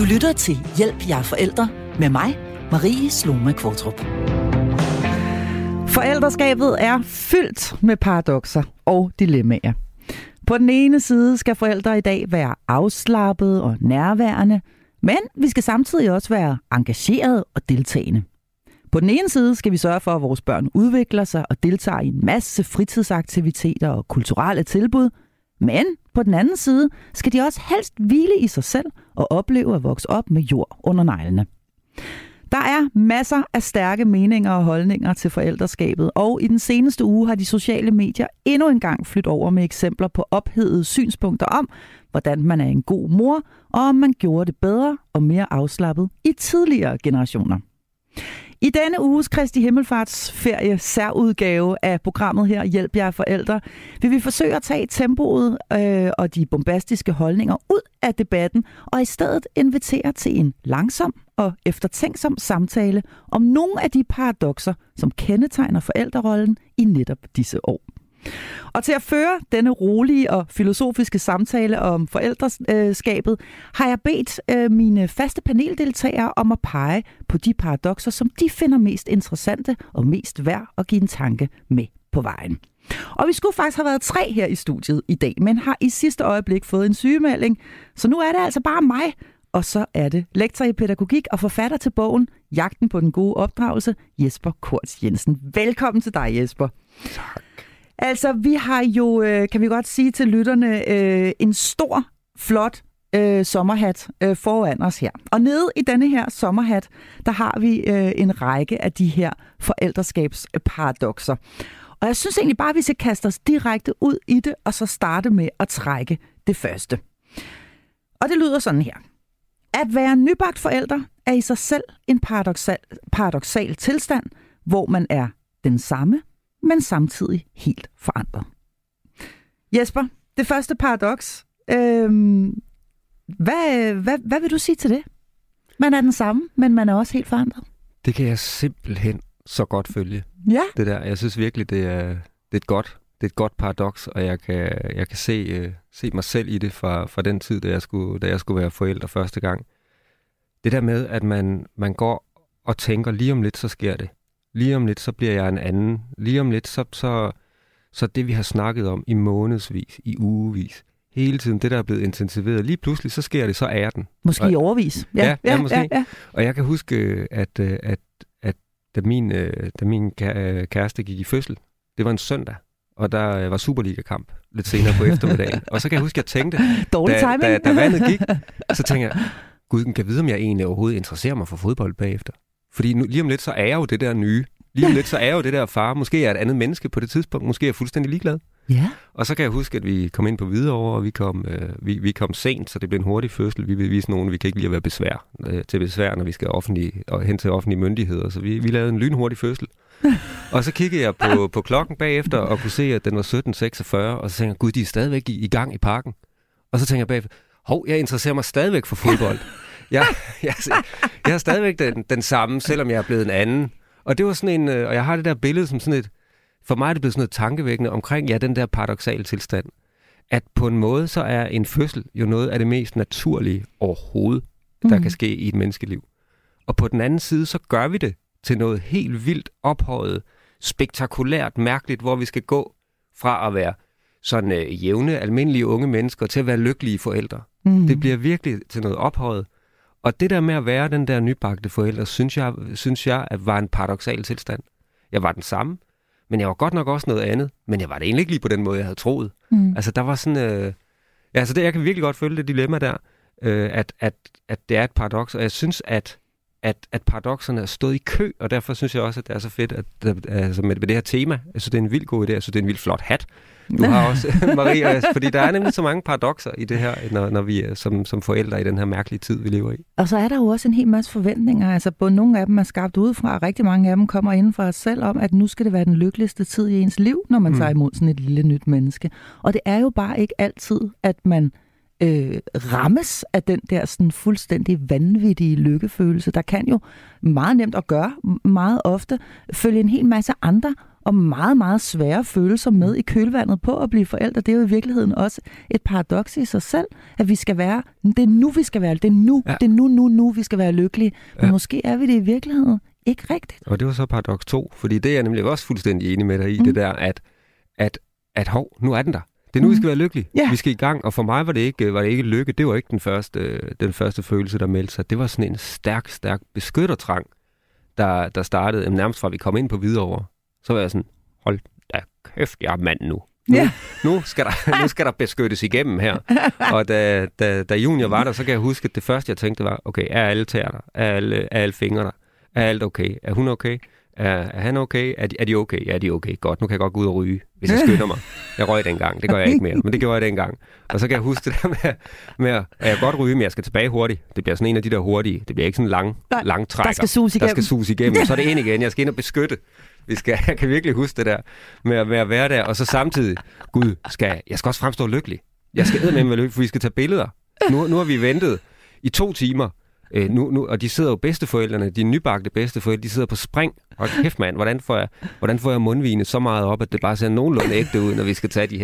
Du lytter til Hjælp jer forældre med mig, Marie Sloma Kvartrup. Forældreskabet er fyldt med paradokser og dilemmaer. På den ene side skal forældre i dag være afslappede og nærværende, men vi skal samtidig også være engagerede og deltagende. På den ene side skal vi sørge for, at vores børn udvikler sig og deltager i en masse fritidsaktiviteter og kulturelle tilbud, men på den anden side skal de også helst hvile i sig selv og opleve at vokse op med jord under neglene. Der er masser af stærke meninger og holdninger til forældreskabet, og i den seneste uge har de sociale medier endnu en gang flyttet over med eksempler på ophedede synspunkter om, hvordan man er en god mor, og om man gjorde det bedre og mere afslappet i tidligere generationer. I denne uges Kristi Himmelfartsferie særudgave af programmet her Hjælp jer forældre, vil vi forsøge at tage tempoet og de bombastiske holdninger ud af debatten, og i stedet invitere til en langsom og eftertænksom samtale om nogle af de paradokser, som kendetegner forældrerollen i netop disse år. Og til at føre denne rolige og filosofiske samtale om forældreskabet, har jeg bedt mine faste paneldeltagere om at pege på de paradokser, som de finder mest interessante og mest værd at give en tanke med på vejen. Og vi skulle faktisk have været 3 her i studiet i dag, men har i sidste øjeblik fået en sygemelding, så nu er det altså bare mig. Og så er det lektor i pædagogik og forfatter til bogen Jagten på den gode opdragelse, Jesper Korts Jensen. Velkommen til dig, Jesper. Tak. Altså, vi har jo, kan vi godt sige til lytterne, en stor, flot sommerhat foran os her. Og nede i denne her sommerhat, der har vi en række af de her forældreskabsparadoxer. Og jeg synes egentlig bare, at vi skal kaste os direkte ud i det, og så starte med at trække det første. Og det lyder sådan her. At være nybagt forældre er i sig selv en paradoksal tilstand, hvor man er den samme, men samtidig helt forandret. Jesper, det første paradoks. Hvad vil du sige til det? Man er den samme, men man er også helt forandret. Det kan jeg simpelthen så godt følge. Ja. Det der. Jeg synes virkelig, det er et godt paradoks, og jeg kan se mig selv i det fra den tid, da jeg skulle være forælder første gang. Det der med, at man går og tænker, lige om lidt, så sker det. Lige om lidt, så bliver jeg en anden. Lige om lidt, så det, vi har snakket om i månedsvis, i ugevis, hele tiden, det der er blevet intensiveret, lige pludselig, så sker det, så er den. Måske i overvis. Ja, måske. Ja. Og jeg kan huske, at da min kæreste gik i fødsel, det var en søndag, og der var Superliga-kamp lidt senere på eftermiddagen. Og så kan jeg huske, at jeg tænkte, da vandet gik, så tænkte jeg, gud, kan jeg vide, om jeg egentlig overhovedet interesserer mig for fodbold bagefter? Fordi lige om lidt, så er jeg jo det der nye. Lige om lidt, så er jeg jo det der far. Måske er jeg et andet menneske på det tidspunkt. Måske er jeg fuldstændig ligeglad. Ja. Og så kan jeg huske, at vi kom ind på Hvidovre, og vi kom sent, så det blev en hurtig fødsel. Vi vil vise nogen, vi kan ikke lide at være til besvær, når vi skal hen til offentlige myndigheder. Så vi lavede en lynhurtig fødsel. Og så kiggede jeg på klokken bagefter, og kunne se, at den var 17.46, og så tænkte jeg, gud, de er stadigvæk i gang i parken. Og så tænkte jeg bagefter, jeg interesserer mig stadigvæk for fodbold. Jeg er stadigvæk den samme, selvom jeg er blevet en anden. Og det var sådan en, og jeg har det der billede som sådan et, for mig er det blevet sådan noget tankevækkende omkring, den der paradoksale tilstand. At på en måde, så er en fødsel jo noget af det mest naturlige overhovedet, der kan ske i et menneskeliv. Og på den anden side, så gør vi det til noget helt vildt ophøjet, spektakulært, mærkeligt, hvor vi skal gå fra at være sådan jævne, almindelige unge mennesker til at være lykkelige forældre. Det bliver virkelig til noget ophøjet. Og det der med at være den der nybagte forælder, synes jeg at var en paradoksal tilstand. Jeg var den samme, men jeg var godt nok også noget andet. Men jeg var det egentlig ikke lige på den måde, jeg havde troet. Altså der var sådan... altså det, jeg kan virkelig godt følge det dilemma der, at det er et paradoks. Og jeg synes, at paradokserne er stået i kø, og derfor synes jeg også, at det er så fedt, at med det her tema, jeg synes, det er en vildt god idé, jeg synes, det er en vildt flot hat. Du har også, Marie, fordi der er nemlig så mange paradokser i det her, når vi er som forældre i den her mærkelige tid, vi lever i. Og så er der jo også en hel masse forventninger. Altså, både nogle af dem er skabt udefra, og rigtig mange af dem kommer inden for os selv om, at nu skal det være den lykkeligste tid i ens liv, når man tager imod sådan et lille nyt menneske. Og det er jo bare ikke altid, at man rammes af den der sådan fuldstændig vanvittige lykkefølelse. Der kan jo meget nemt at gøre, meget ofte følge en hel masse andre og meget, meget svære følelser med i kølvandet på at blive forældre. Det er jo i virkeligheden også et paradoks i sig selv, at vi skal være, det er nu, vi skal være, det er nu, det er nu, vi skal være lykkelige. Men måske er vi det i virkeligheden ikke rigtigt. Og det var så paradoks 2, fordi det er jeg nemlig også fuldstændig enig med dig i, det der, at nu er den der. Det er nu, vi skal være lykkelige. Ja. Vi skal i gang, og for mig var det ikke lykke. Det var ikke den første følelse, der meldte sig. Det var sådan en stærk beskyttertrang, der startede nærmest fra, vi kom ind på Hvidovre. Så var jeg sådan, hold da kæft, jeg er mand nu. Nu skal der beskyttes igennem her. Og da Junior var der, så kan jeg huske, at det første, jeg tænkte var, okay, er alle tæer der? Er alle fingre der? Er alt okay? Er hun okay? Er han okay? Er de okay? Ja, de er okay. Godt, nu kan jeg godt gå ud og ryge, hvis jeg skynder mig. Jeg røg dengang. Det gør jeg ikke mere, men det gjorde jeg dengang. Og så kan jeg huske det der med at jeg godt ryge, men jeg skal tilbage hurtigt. Det bliver sådan en af de der hurtige. Det bliver ikke sådan lang trækker. Der skal sus igennem. Så er det ind igen. Jeg skal ind og beskytte. Jeg kan virkelig huske det der med at være der. Og så samtidig, Gud, jeg skal også fremstå lykkelig. Jeg skal eddermame være lykkelig, for vi skal tage billeder. Nu har vi ventet i 2 timer. Og de sidder jo bedsteforældrene, de nybagte bedsteforældre, de sidder på spring. Og kæft mand, hvordan får jeg mundvigene så meget op, at det bare ser nogenlunde ægte ud, når vi skal tage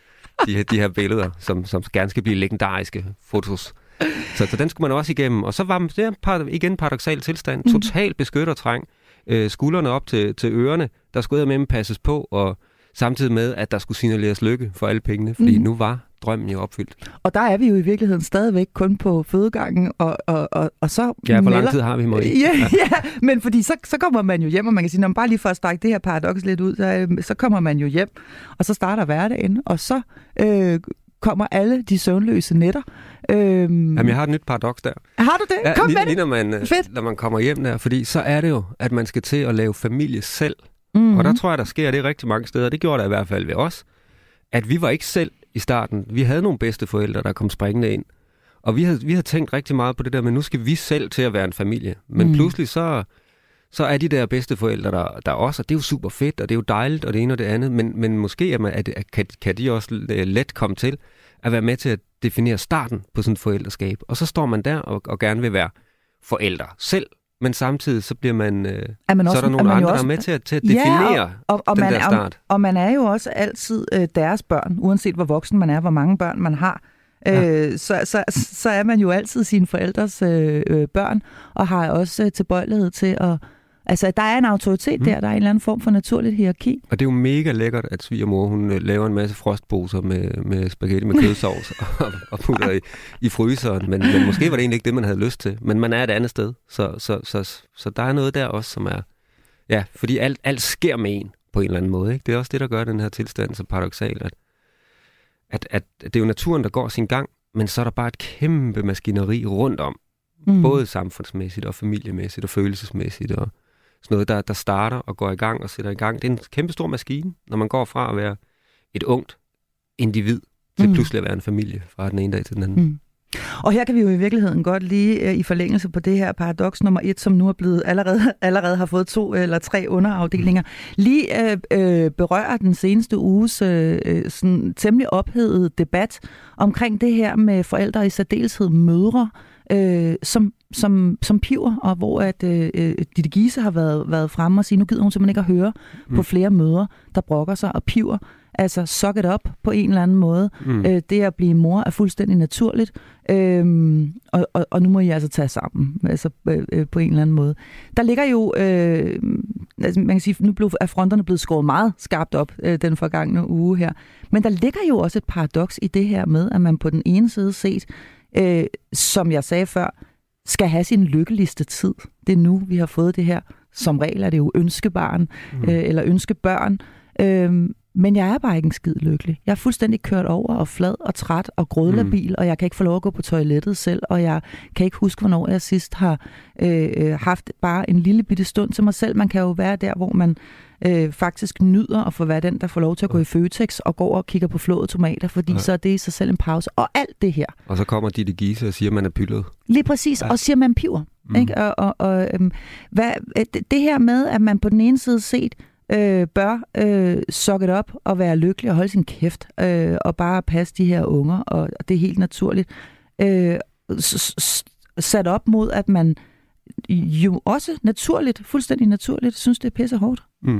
de her billeder, som gerne skal blive legendariske fotos. Så den skulle man også igennem. Og så var det igen paradoksal tilstand. Total beskyttertræng. Skuldrene op til ørerne. Der skulle med passes på, og samtidig med, at der skulle signaleres lykke for alle pengene, fordi nu var drømmen jo opfyldt. Og der er vi jo i virkeligheden stadigvæk kun på fødegangen, og så... Ja, hvor lang tid har vi, Marie? Ja, men fordi så kommer man jo hjem, og man kan sige, bare lige for at strække det her paradoks lidt ud, så kommer man jo hjem, og så starter hverdagen, og så kommer alle de søvnløse nætter. Jamen, jeg har et nyt paradoks der. Har du det? Ja, kom med det! Når man kommer hjem der, fordi så er det jo, at man skal til at lave familie selv. Mm-hmm. Og der tror jeg, der sker det rigtig mange steder. Det gjorde der i hvert fald ved os. At vi var ikke selv i starten. Vi havde nogle bedsteforældre, der kom springende ind. Og vi havde tænkt rigtig meget på det der, men nu skal vi selv til at være en familie. Men pludselig så er de der bedsteforældre der også, og det er jo super fedt, og det er jo dejligt, og det ene og det andet. Men måske kan de også let komme til at være med til at definere starten på sådan et forældreskab. Og så står man der og gerne vil være forældre selv. Men samtidig så bliver man, så er der nogle andre, der er med til at definere den der start. Og man er jo også altid deres børn, uanset hvor voksen man er, hvor mange børn man har. Ja. Så er man jo altid sine forældres børn, og har også tilbøjelighed til at... Altså, der er en autoritet der er en eller anden form for naturligt hierarki. Og det er jo mega lækkert, at svigermor, hun laver en masse frostposer med spaghetti med kødsovs og putter i fryseren. Men måske var det egentlig ikke det, man havde lyst til. Men man er et andet sted. Så der er noget der også, som er... Ja, fordi alt sker med en på en eller anden måde. Ikke? Det er også det, der gør den her tilstand så paradoksal, at det er jo naturen, der går sin gang, men så er der bare et kæmpe maskineri rundt om. Både samfundsmæssigt og familiemæssigt og følelsesmæssigt og sådan noget, der starter og går i gang og sætter i gang. Det er en kæmpe stor maskine, når man går fra at være et ungt individ til pludselig at være en familie fra den ene dag til den anden. Og her kan vi jo i virkeligheden godt lige i forlængelse på det her paradoks nummer 1, som nu er blevet allerede har fået 2 eller 3 underafdelinger, lige berøre den seneste uges sådan temmelig ophedede debat omkring det her med forældre, i særdeleshed mødre, som piver, og hvor at Ditte Giese har været fremme og sige, nu gider hun simpelthen ikke at høre på flere mødre, der brokker sig og piver. Altså, suck it up på en eller anden måde. Det at blive mor er fuldstændig naturligt, og nu må I altså tage sammen, altså på en eller anden måde. Der ligger jo, altså man kan sige, nu er fronterne blevet skåret meget skarpt op den forgangne uge her, men der ligger jo også et paradoks i det her med, at man på den ene side set, som jeg sagde før, skal have sin lykkeligste tid. Det er nu, vi har fået det her. Som regel er det jo ønskebarn, eller ønskebørn. Men jeg er bare ikke en skid lykkelig. Jeg er fuldstændig kørt over og flad og træt og grødlabil, og jeg kan ikke få lov at gå på toilettet selv, og jeg kan ikke huske, hvornår jeg sidst har haft bare en lille bitte stund til mig selv. Man kan jo være der, hvor man faktisk nyder at få være den, der får lov til at gå i Føtex og gå og kigger på flåede tomater, fordi så er det i sig selv en pause. Og alt det her. Og så kommer Ditte Giese og siger, at man er pyldet. Lige præcis, og siger, at man piver. Ikke? Det her med, at man på den ene side set bør suck it up og være lykkelig og holde sin kæft og bare passe de her unger, og det er helt naturligt. Sat op mod, at man jo også naturligt, fuldstændig naturligt, synes, det er pisse hårdt.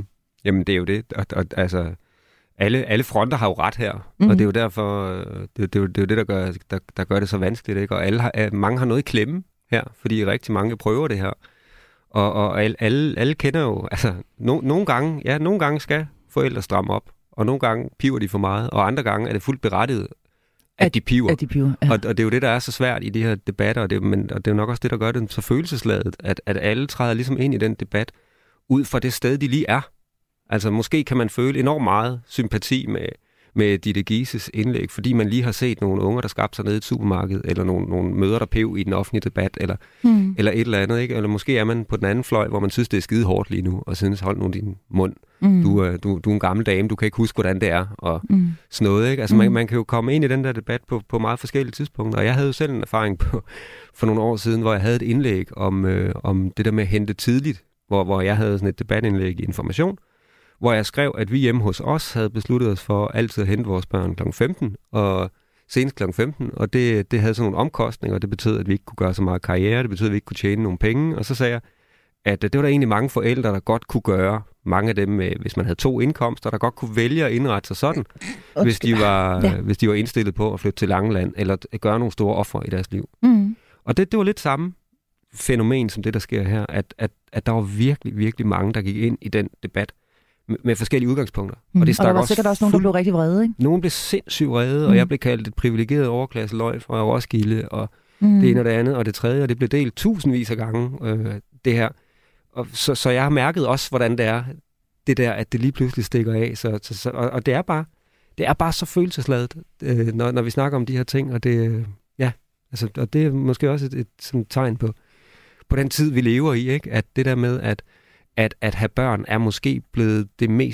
Jamen, det er jo det. Og altså, alle fronter har jo ret her. Og det er jo derfor, det er jo det, der gør det så vanskeligt, ikke? Og mange har noget i klemme her, fordi rigtig mange prøver det her. Og alle kender jo, altså, nogle gange skal forældre stramme op, og nogle gange piver de for meget, og andre gange er det fuldt berettiget, at de piver. Ja. Og det er jo det, der er så svært i de her debatter, og det er jo nok også det, der gør det så følelsesladet, at alle træder ligesom ind i den debat, ud fra det sted, de lige er. Altså, måske kan man føle enormt meget sympati med Ditte Gises indlæg, fordi man lige har set nogle unger, der skabte sig nede i et supermarked, eller nogle møder, der pev i den offentlige debat, eller et eller andet, ikke? Eller måske er man på den anden fløj, hvor man synes, det er skide hårdt lige nu, og synes, hold nu din mund. Du er en gammel dame, du kan ikke huske, hvordan det er, og sådan noget, ikke? Altså, man kan jo komme ind i den der debat på meget forskellige tidspunkter, og jeg havde jo selv en erfaring for nogle år siden, hvor jeg havde et indlæg om det der med at hente tidligt, hvor jeg havde sådan et debatindlæg i Information, hvor jeg skrev, at vi hjemme hos os havde besluttet os for altid at hente vores børn kl. 15, og senest kl. 15, og det havde sådan nogle omkostninger, og det betød, at vi ikke kunne gøre så meget karriere, det betød, at vi ikke kunne tjene nogle penge, og så sagde jeg, at det var der egentlig mange forældre, der godt kunne gøre, mange af dem, hvis man havde 2 indkomster, der godt kunne vælge at indrette sig sådan, hvis de var indstillet på at flytte til Langeland, eller gøre nogle store ofre i deres liv. Og det var lidt samme fænomen, som det, der sker her, at der var virkelig, virkelig mange, der gik ind i den debat, med forskellige udgangspunkter. Og der var sikkert også nogen, der blev rigtig vrede, ikke? Nogen blev sindssygt vrede, og jeg blev kaldt et privilegeret overklasseløg fra Roskilde, og det ene og det andet, og det tredje, og det blev delt tusindvis af gange, det her. Og så jeg har mærket også, hvordan det er, det der, at det lige pludselig stikker af. Og det er bare så følelsesladet, når vi snakker om de her ting, og det, og det er måske også et sådan tegn på den tid, vi lever i, ikke? At det der med, at have børn er måske blevet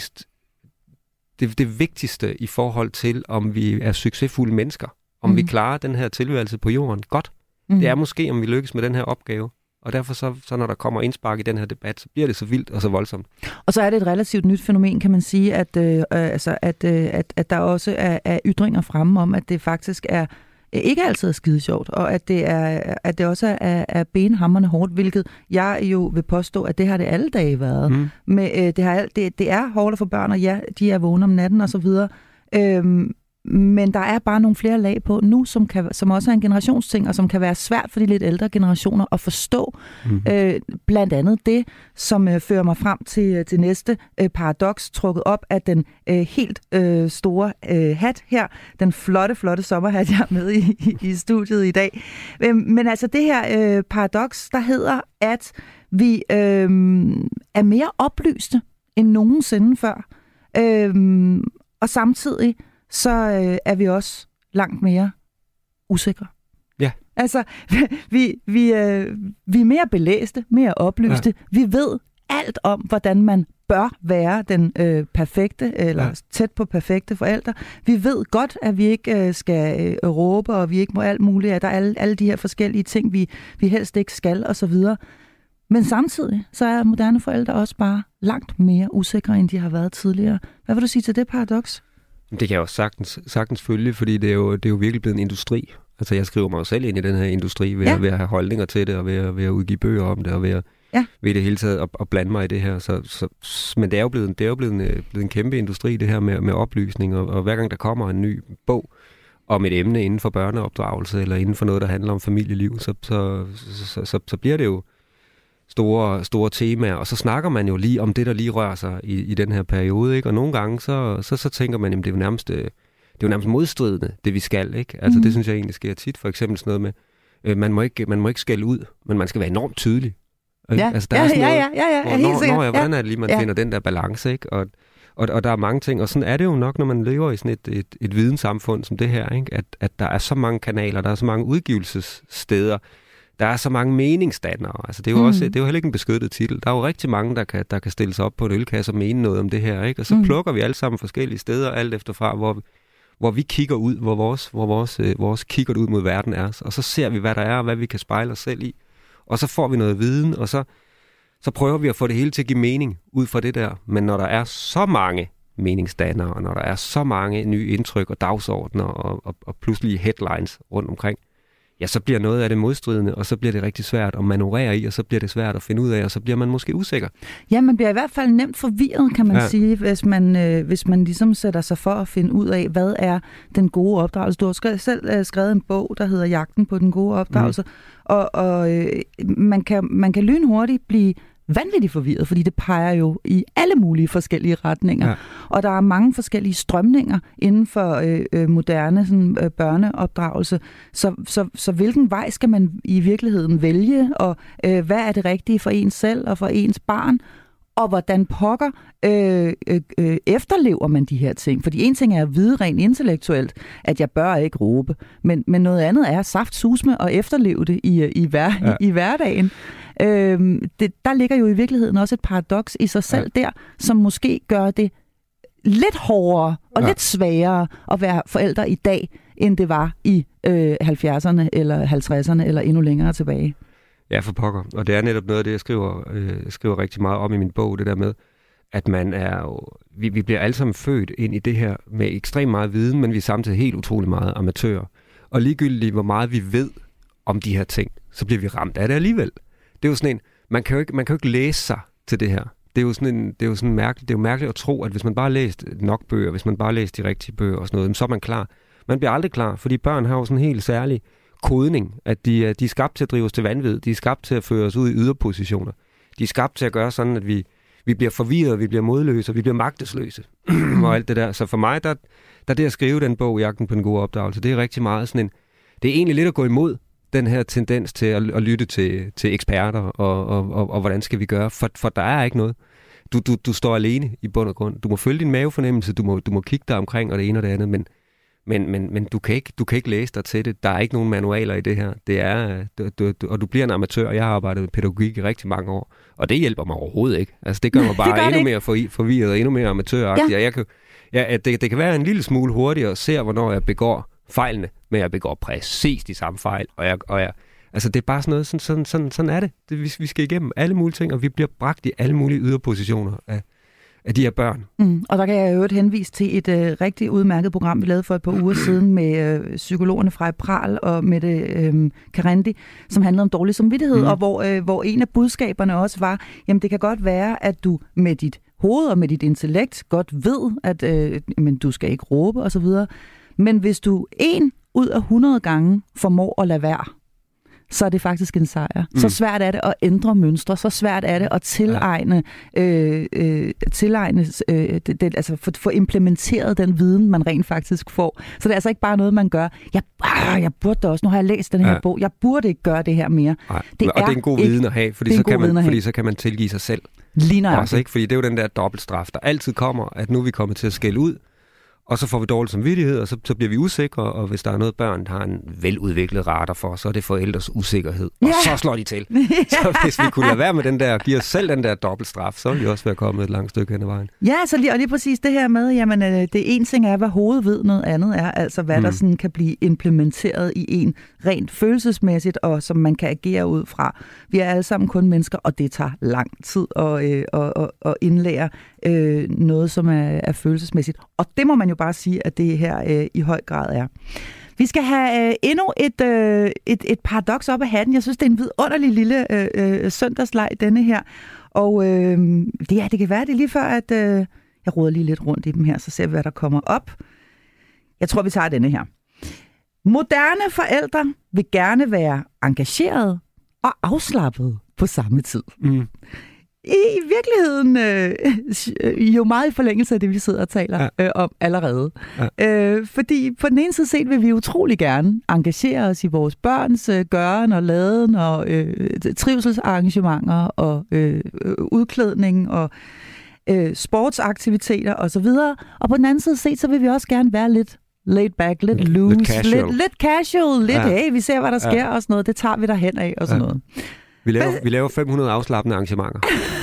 det vigtigste i forhold til, om vi er succesfulde mennesker. Om vi klarer den her tilværelse på jorden godt. Det er måske, om vi lykkes med den her opgave. Og derfor så når der kommer indspark i den her debat, så bliver det så vildt og så voldsomt. Og så er det et relativt nyt fænomen, kan man sige, at der også er ytringer fremme om, at det faktisk er ikke altid er skide sjovt, og at det også er benhamrende hårdt, hvilket jeg jo vil påstå, at det har det alle dage været. Det er hårdt at få børn, og ja, de er vågne om natten og så videre. Men der er bare nogle flere lag på nu, som også er en generationsting, og som kan være svært for de lidt ældre generationer at forstå. Blandt andet det, som fører mig frem til næste paradoks, trukket op af den helt store hat her. Den flotte sommerhat, jeg er med i studiet i dag. Men altså det her paradoks, der hedder, at vi er mere oplyste end nogensinde før. Og samtidig så er vi også langt mere usikre. Ja. Altså, vi er mere belæste, mere oplyste. Ja. Vi ved alt om, hvordan man bør være den perfekte, eller tæt på perfekte forældre. Vi ved godt, at vi ikke skal råbe, og vi ikke må alt muligt. At der er alle de her forskellige ting, vi helst ikke skal, og så videre. Men samtidig, så er moderne forældre også bare langt mere usikre, end de har været tidligere. Hvad vil du sige til det paradoks? Det kan jeg også sagtens følge, fordi det er jo virkelig blevet en industri. Altså, jeg skriver mig jo selv ind i den her industri ved at have holdninger til det, og ved at udgive bøger om det, og ved det hele taget at blande mig i det her. Men det er jo blevet en kæmpe industri, det her med oplysning, og hver gang der kommer en ny bog om et emne inden for børneopdragelse, eller inden for noget, der handler om familieliv, så bliver det jo store temaer, og så snakker man jo lige om det, der lige rører sig i den her periode, ikke? Og nogle gange, så tænker man, at det er jo nærmest modstridende, det vi skal, ikke? Altså, det synes jeg egentlig sker tit. For eksempel sådan noget med, man må ikke skælde ud, men man skal være enormt tydelig. Ja, altså, der er sådan noget, hvordan er det lige, man finder den der balance, ikke? Og der er mange ting, og sådan er det jo nok, når man lever i sådan et videnssamfund som det her, ikke? At der er så mange kanaler, der er så mange udgivelsessteder, der er så mange meningsdannere. Altså, det er jo også, det er jo heller ikke en beskyttet titel. Der er jo rigtig mange, der kan stille sig op på en ølkasse og mene noget om det her, ikke? Og så plukker vi alle sammen forskellige steder, alt efterfra, hvor vi kigger ud, hvor vores kikkert ud mod verden er. Og så ser vi, hvad der er, og hvad vi kan spejle os selv i. Og så får vi noget viden, og så prøver vi at få det hele til at give mening ud fra det der. Men når der er så mange meningsdannere, og når der er så mange nye indtryk og dagsordner og pludselig headlines rundt omkring, ja, så bliver noget af det modstridende, og så bliver det rigtig svært at manøvrere i, og så bliver det svært at finde ud af, og så bliver man måske usikker. Ja, man bliver i hvert fald nemt forvirret, kan man sige, hvis man ligesom sætter sig for at finde ud af, hvad er den gode opdragelse. Du har selv skrevet en bog, der hedder Jagten på den gode opdragelse, og man kan lynhurtigt blive vanvittigt forvirret, fordi det peger jo i alle mulige forskellige retninger. Ja. Og der er mange forskellige strømninger inden for moderne sådan, børneopdragelse. Så hvilken vej skal man i virkeligheden vælge, og hvad er det rigtige for ens selv og for ens barn? Og hvordan pokker efterlever man de her ting? Fordi en ting er at vide rent intellektuelt, at jeg bør ikke råbe, men noget andet er saftsusme og efterleve det i hverdagen. Der ligger jo i virkeligheden også et paradoks i sig selv der, som måske gør det lidt hårdere og lidt sværere at være forældre i dag, end det var i 70'erne eller 50'erne eller endnu længere tilbage. Ja, for pokker. Og det er netop noget af det, jeg skriver rigtig meget om i min bog, det der med, at man er jo, vi bliver alle sammen født ind i det her med ekstremt meget viden, men vi er samtidig helt utrolig meget amatører. Og ligegyldigt, hvor meget vi ved om de her ting, så bliver vi ramt af det alligevel. Det er jo sådan en, man kan jo ikke læse sig til det her. Det er jo mærkeligt at tro, at hvis man bare læst nok bøger, hvis man bare læst de rigtige bøger og sådan noget, så er man klar. Man bliver aldrig klar, fordi børn har jo sådan en helt særlig kodning, at de er skabt til at drive os til vanvid, de er skabt til at føre os ud i yderpositioner. De er skabt til at gøre sådan, at vi bliver forvirret, vi bliver modløse, vi bliver magtesløse og alt det der. Så for mig, der det at skrive den bog, Jagten på den gode opdragelse, det er rigtig meget sådan en, det er egentlig lidt at gå imod den her tendens til at lytte til eksperter, og hvordan skal vi gøre, for der er ikke noget. Du står alene i bund og grund. Du må følge din mavefornemmelse, du må kigge dig omkring, og det ene og det andet, men du kan ikke læse dig til det. Der er ikke nogen manualer i det her. Det er, og du bliver en amatør. Jeg har arbejdet med pædagogik i rigtig mange år, og det hjælper mig overhovedet ikke. Altså, det gør mig bare endnu mere forvirret og endnu mere amatøragtig. Ja. Det kan være en lille smule hurtigere at se, hvornår jeg begår fejlene, men jeg begår præcis de samme fejl, og jeg altså, det er bare sådan noget, sådan er det. Vi skal igennem alle mulige ting, og vi bliver bragt i alle mulige yderpositioner af de her børn. Og der kan jeg jo henvise til et rigtig udmærket program, vi lavede for et par uger siden med psykologerne fra Pral og Mette Karendi, som handlede om dårlig samvittighed, og hvor en af budskaberne også var, jamen det kan godt være, at du med dit hoved og med dit intellekt godt ved, at men du skal ikke råbe osv., men hvis du 1 ud af 100 gange formår at lade være, så er det faktisk en sejr. Så svært er det at ændre mønstre, så svært er det at altså få implementeret den viden, man rent faktisk får. Så det er altså ikke bare noget, man gør. Jeg burde da også, nu har jeg læst den her bog, jeg burde ikke gøre det her mere. Det er en god viden at have, fordi så kan man tilgive sig selv. Lige nøjagtigt. Også, ikke? Fordi det er jo den der dobbeltstraf, der altid kommer, at nu er vi kommet til at skælde ud, og så får vi dårlig samvittighed, og så bliver vi usikre, og hvis der er noget børn, der har en veludviklet radar for, så er det forældres usikkerhed. Og så slår de til. Så hvis vi kunne lade være med den der, og give os selv den der dobbeltstraf, så ville vi også være kommet et langt stykke hen ad vejen. Ja, så lige præcis det her med, jamen det ene ting er, hvad hovedet ved, noget andet er, altså hvad der sådan kan blive implementeret i en rent følelsesmæssigt, og som man kan agere ud fra. Vi er alle sammen kun mennesker, og det tager lang tid at indlære noget, som er følelsesmæssigt. Og det må man jo bare sige, at det her i høj grad er. Vi skal have endnu et paradoks op af hatten. Jeg synes, det er en vidunderlig lille søndagsleg, denne her. Og det kan være, det lige før, at jeg roder lige lidt rundt i dem her, så ser vi, hvad der kommer op. Jeg tror, vi tager denne her. Moderne forældre vil gerne være engagerede og afslappede på samme tid. I virkeligheden jo meget i forlængelse af det, vi sidder og taler om allerede. Fordi på den ene side set vil vi utrolig gerne engagere os i vores børns gøren og laden og trivselsarrangementer og udklædning og sportsaktiviteter osv. Og på den anden side set, så vil vi også gerne være lidt laid back, lidt loose, lidt casual, lidt hey, vi ser, hvad der sker og sådan noget. Det tager vi derhen af og sådan noget. Vi laver 500 afslappende arrangementer.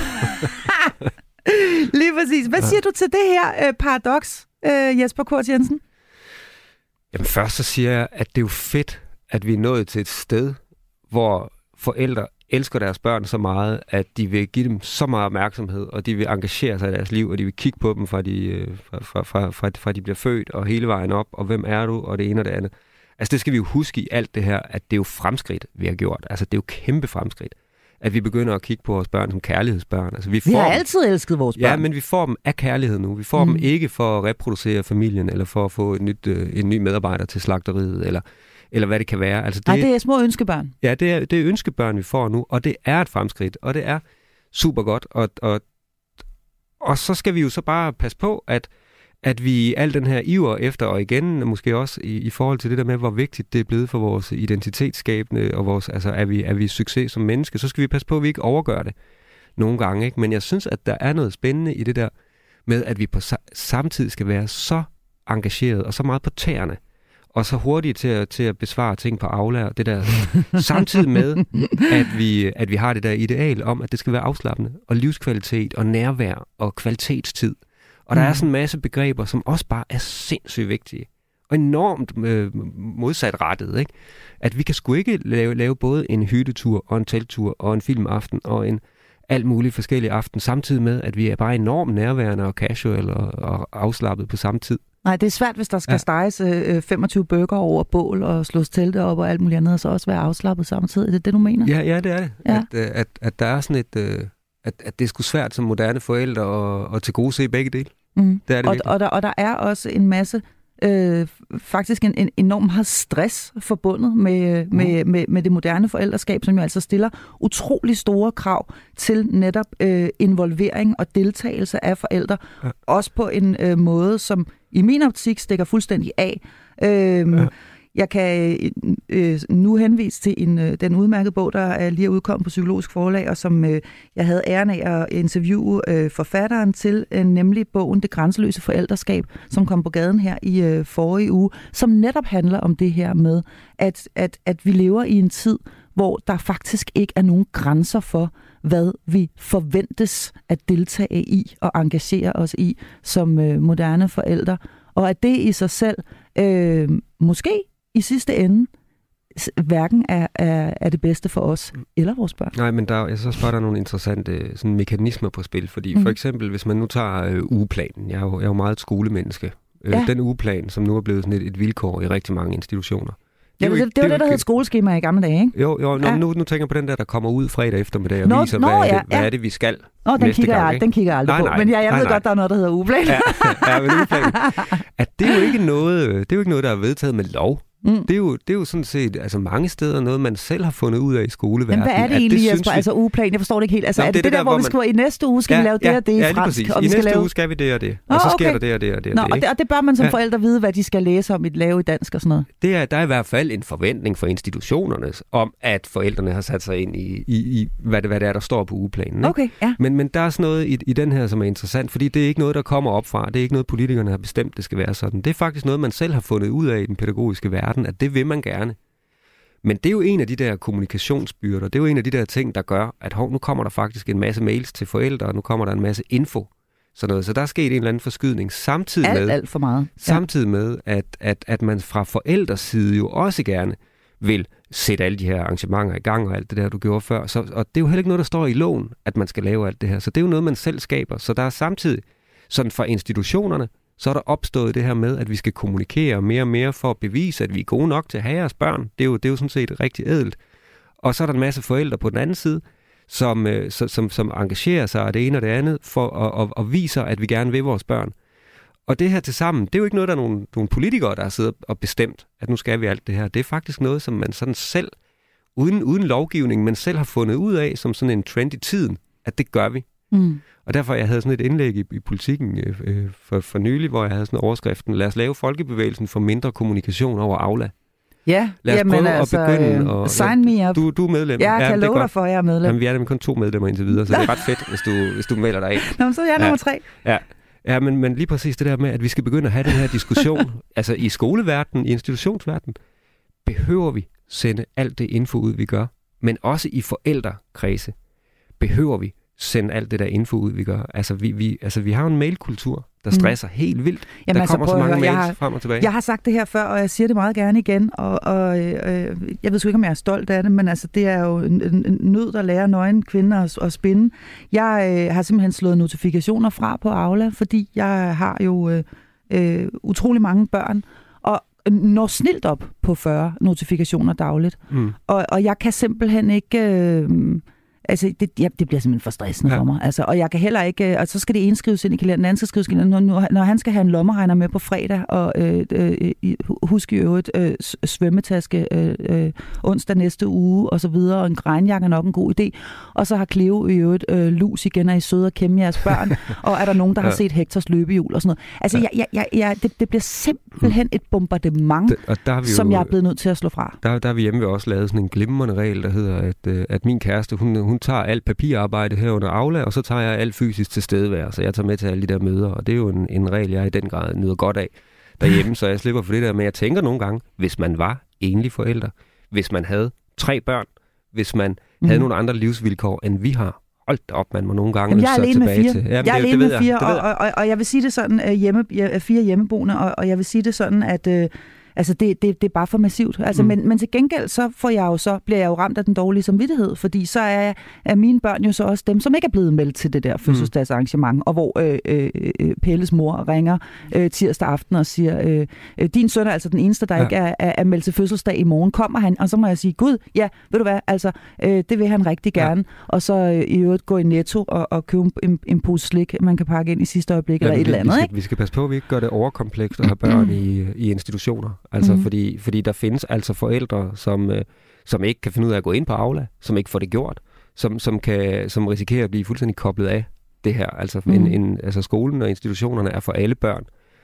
Lige præcis. Hvad siger du til det her paradoks, Jesper Kort Jensen? Jamen først så siger jeg, at det er jo fedt, at vi er nået til et sted, hvor forældre elsker deres børn så meget, at de vil give dem så meget opmærksomhed, og de vil engagere sig i deres liv, og de vil kigge på dem fra de bliver født, og hele vejen op, og hvem er du, og det ene og det andet. Altså det skal vi jo huske i alt det her, at det er jo fremskridt, vi har gjort. Altså det er jo kæmpe fremskridt, at vi begynder at kigge på vores børn som kærlighedsbørn. Altså, vi har altid elsket vores børn. Ja, men vi får dem af kærlighed nu. Vi får dem ikke for at reproducere familien, eller for at få en ny medarbejder til slagteriet, eller hvad det kan være. Altså, det er små ønskebørn. Ja, det er ønskebørn, vi får nu, og det er et fremskridt, og det er super godt. Og så skal vi jo så bare passe på, at vi al den her iver efter, og igen måske også i forhold til det der med, hvor vigtigt det er blevet for vores identitetsskabende, og vores, altså er vi succes som menneske, så skal vi passe på, at vi ikke overgør det nogle gange. Ikke? Men jeg synes, at der er noget spændende i det der med, at vi samtidig skal være så engageret og så meget på tæerne, og så hurtigt til at besvare ting på Aula, og det der, samtidig med, at vi har det der ideal om, at det skal være afslappende, og livskvalitet, og nærvær, og kvalitetstid. Og der er sådan en masse begreber, som også bare er sindssygt vigtige, og enormt modsatrettet, ikke? At vi kan sgu ikke lave både en hyttetur, og en telttur, og en filmaften, og en alt muligt forskellige aften, samtidig med, at vi er bare enormt nærværende og casual og afslappet på samme tid. Nej, det er svært, hvis der skal steges 25 burger over bål og slås telte op og alt muligt andet, og så også være afslappet samtidig. Er det det, du mener? Ja, det er det. Ja. At der er sådan et... At det er sgu svært som moderne forældre at tilgodese begge dele. Det er det og der er også en masse... faktisk en enorm meget stress forbundet med det moderne forældreskab, som jo altså stiller utrolig store krav til netop involvering og deltagelse af forældre, også på en måde, som i min optik stikker fuldstændig af. Jeg kan nu henvise til den udmærkede bog, der er lige udkommet på Psykologisk Forlag, og som jeg havde æren af at interviewe forfatteren til, nemlig bogen Det grænseløse forældreskab, som kom på gaden her i forrige uge, som netop handler om det her med, at vi lever i en tid, hvor der faktisk ikke er nogen grænser for, hvad vi forventes at deltage i og engagere os i som moderne forældre. Og at det i sig selv måske i sidste ende hverken er det bedste for os eller vores børn. Nej, men jeg så spørger der nogle interessante sådan, mekanismer på spil, fordi for eksempel, hvis man nu tager ugeplanen, jeg er jo meget et skolemenneske, den ugeplan, som nu er blevet sådan et vilkår i rigtig mange institutioner. Det var det, der hed skoleskema i gamle dage, ikke? Jo, nu tænker jeg på den der kommer ud fredag eftermiddag og viser, hvad er det, vi skal næste gang. Den kigger jeg aldrig på, men jeg ved godt, der er noget, der hedder ugeplan. Ja, men ugeplanen. At det er jo ikke noget, der er vedtaget med lov. Det er jo sådan set altså mange steder noget, man selv har fundet ud af i skoleverdenen. Men hvad er det egentlig, Jesper? Altså ugeplan, jeg forstår det ikke helt. Altså, er det der, hvor vi skriver, i næste uge skal vi lave det og det i fransk? Ja, lige præcis. I næste uge skal vi det og det. Og så sker der det og det og det. Og det bør man som forældre vide, hvad de skal læse om lave i dansk og sådan noget. Der er i hvert fald en forventning for institutionerne om, at forældrene har sat sig ind i hvad det er, der står på ugeplanen. Ikke? Okay, ja. Men der er sådan noget i den her, som er interessant, fordi det er ikke noget, der kommer op fra. Det er ikke noget, politikerne har bestemt, det skal være sådan. Det er faktisk noget, man selv har fundet ud af i den pædagogiske verden, at det vil man gerne. Men det er jo en af de der kommunikationsbyrder, det er jo en af de der ting, der gør, at nu kommer der faktisk en masse mails til forældre, og nu kommer der en masse info. Sådan noget. Så der er sket en eller anden forskydning samtidig alt for meget. Samtidig med, at man fra forældres side jo også gerne vil sætte alle de her arrangementer i gang og alt det der, du gjorde før. Og det er jo heller ikke noget, der står i loven, at man skal lave alt det her. Så det er jo noget, man selv skaber. Så der er samtidig, sådan fra institutionerne, så er der opstået det her med, at vi skal kommunikere mere og mere for at bevise, at vi er gode nok til at have jeres børn. Det er jo sådan set rigtig ædelt. Og så er der en masse forældre på den anden side, som engagerer sig af det ene og det andet, for at vise, at vi gerne vil vores børn. Og det her til sammen, det er jo ikke noget, der er nogle politikere, der har siddet og bestemt, at nu skal vi alt det her. Det er faktisk noget, som man sådan selv, uden lovgivning, men selv har fundet ud af, som sådan en trend i tiden, at det gør vi. Og derfor jeg havde sådan et indlæg i Politikken for nylig, hvor jeg havde sådan overskriften, lad os lave folkebevægelsen for mindre kommunikation over Aula. Ja, lad os prøve at begynde. Sign me up. Du er medlem. Jeg kan love dig for, at jeg er medlem. Jamen, vi er nemlig kun 2 medlemmer indtil videre, så det er ret fedt, hvis du melder dig ind. Nå, så er jeg nummer 3. Ja, men lige præcis det der med, at vi skal begynde at have den her diskussion, altså i skoleverdenen, i institutionsverdenen, behøver vi sende alt det info ud, vi gør, men også i forældrekredse behøver vi sende alt det der info ud, vi gør. Altså, vi har jo en mailkultur, der stresser helt vildt. Jamen, der kommer så mange mails frem og tilbage. Jeg har sagt det her før, og jeg siger det meget gerne igen, og jeg ved sgu ikke, om jeg er stolt af det, men altså, det er jo en nød, der lærer nøgen kvinder at spinde. Jeg har simpelthen slået notifikationer fra på Aula, fordi jeg har jo utrolig mange børn, og når snilt op på 40 notifikationer dagligt. Og jeg kan simpelthen ikke... det bliver simpelthen for stressende for mig. Og jeg kan heller ikke... Og så skal det ene skrives ind i kalenderen, den anden skal skrives ind i kalenderen. Når han skal have en lommeregner med på fredag, og husk i øvrigt svømmetaske onsdag næste uge, og så videre, og en regnjakke er nok en god idé. Og så har Cleo i øvrigt lus igen, og I søde at kæmme jeres børn. Og er der nogen, der har set Hektors løbehjul og sådan noget. Det bliver simpelthen et bombardement, som jeg er blevet nødt til at slå fra. Der har vi hjemme også lavet sådan en glimrende regel, der hedder, at min kæreste, hun tager alt papirarbejde her under Aula, og så tager jeg alt fysisk tilstedeværelse. Jeg tager med til alle de der møder, og det er jo en regel, jeg i den grad nyder godt af derhjemme, så jeg slipper for det der. Men jeg tænker nogle gange, hvis man var enlig forælder, hvis man havde 3 børn, hvis man havde nogle andre livsvilkår, end vi har, hold da op, man må nogle gange jeg er alene med 4. Jamen, jeg er alene med 4, og jeg vil sige det sådan, 4 hjemmeboende, og jeg vil sige det sådan, at... det er bare for massivt. Men til gengæld så bliver jeg jo ramt af den dårlige samvittighed, fordi så er mine børn jo så også dem, som ikke er blevet meldt til det der fødselsdagsarrangement, og hvor Pelles mor ringer tirsdag aften og siger, din søn er altså den eneste, der ikke er meldt til fødselsdag i morgen. Kommer han? Og så må jeg sige, gud, ja, ved du hvad, det vil han rigtig gerne. Og så i øvrigt gå i Netto og købe en pose slik, man kan pakke ind i sidste øjeblik, eller et eller andet. Vi skal passe på, at vi ikke gør det overkomplekst at have børn i institutioner. Fordi der findes altså forældre, som ikke kan finde ud af at gå ind på Aula, som ikke får det gjort, som risikerer at blive fuldstændig koblet af det her. Skolen og institutionerne er for alle børn.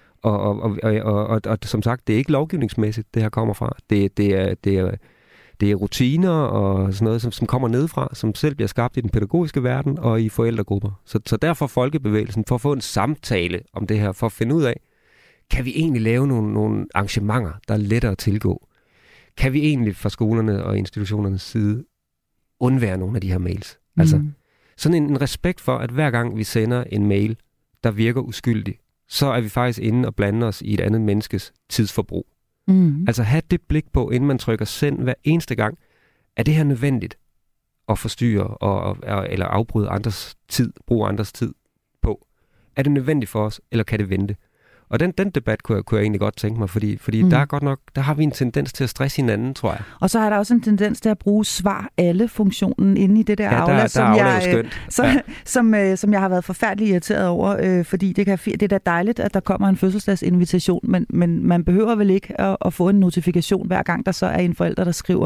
Og som sagt, det er ikke lovgivningsmæssigt, det her kommer fra. Det er rutiner og sådan noget, som kommer nedefra, som selv bliver skabt i den pædagogiske verden og i forældregrupper. Så derfor folkebevægelsen, for at få en samtale om det her, for at finde ud af, kan vi egentlig lave nogle arrangementer, der er lettere at tilgå? Kan vi egentlig fra skolerne og institutionernes side undvære nogle af de her mails? Sådan en respekt for, at hver gang vi sender en mail, der virker uskyldig, så er vi faktisk inde og blander os i et andet menneskes tidsforbrug. Have det blik på, inden man trykker send hver eneste gang. Er det her nødvendigt at forstyrre eller afbryde andres tid, bruge andres tid på? Er det nødvendigt for os, eller kan det vente? Og den debat kunne jeg egentlig godt tænke mig, fordi der er godt nok, der har vi en tendens til at stresse hinanden, tror jeg. Og så er der også en tendens til at bruge svar-alle-funktionen inde i det der Aula, som jeg har været forfærdelig irriteret over, fordi det er da dejligt, at der kommer en fødselsdagsinvitation, men man behøver vel ikke at få en notifikation, hver gang der så er en forælder, der skriver,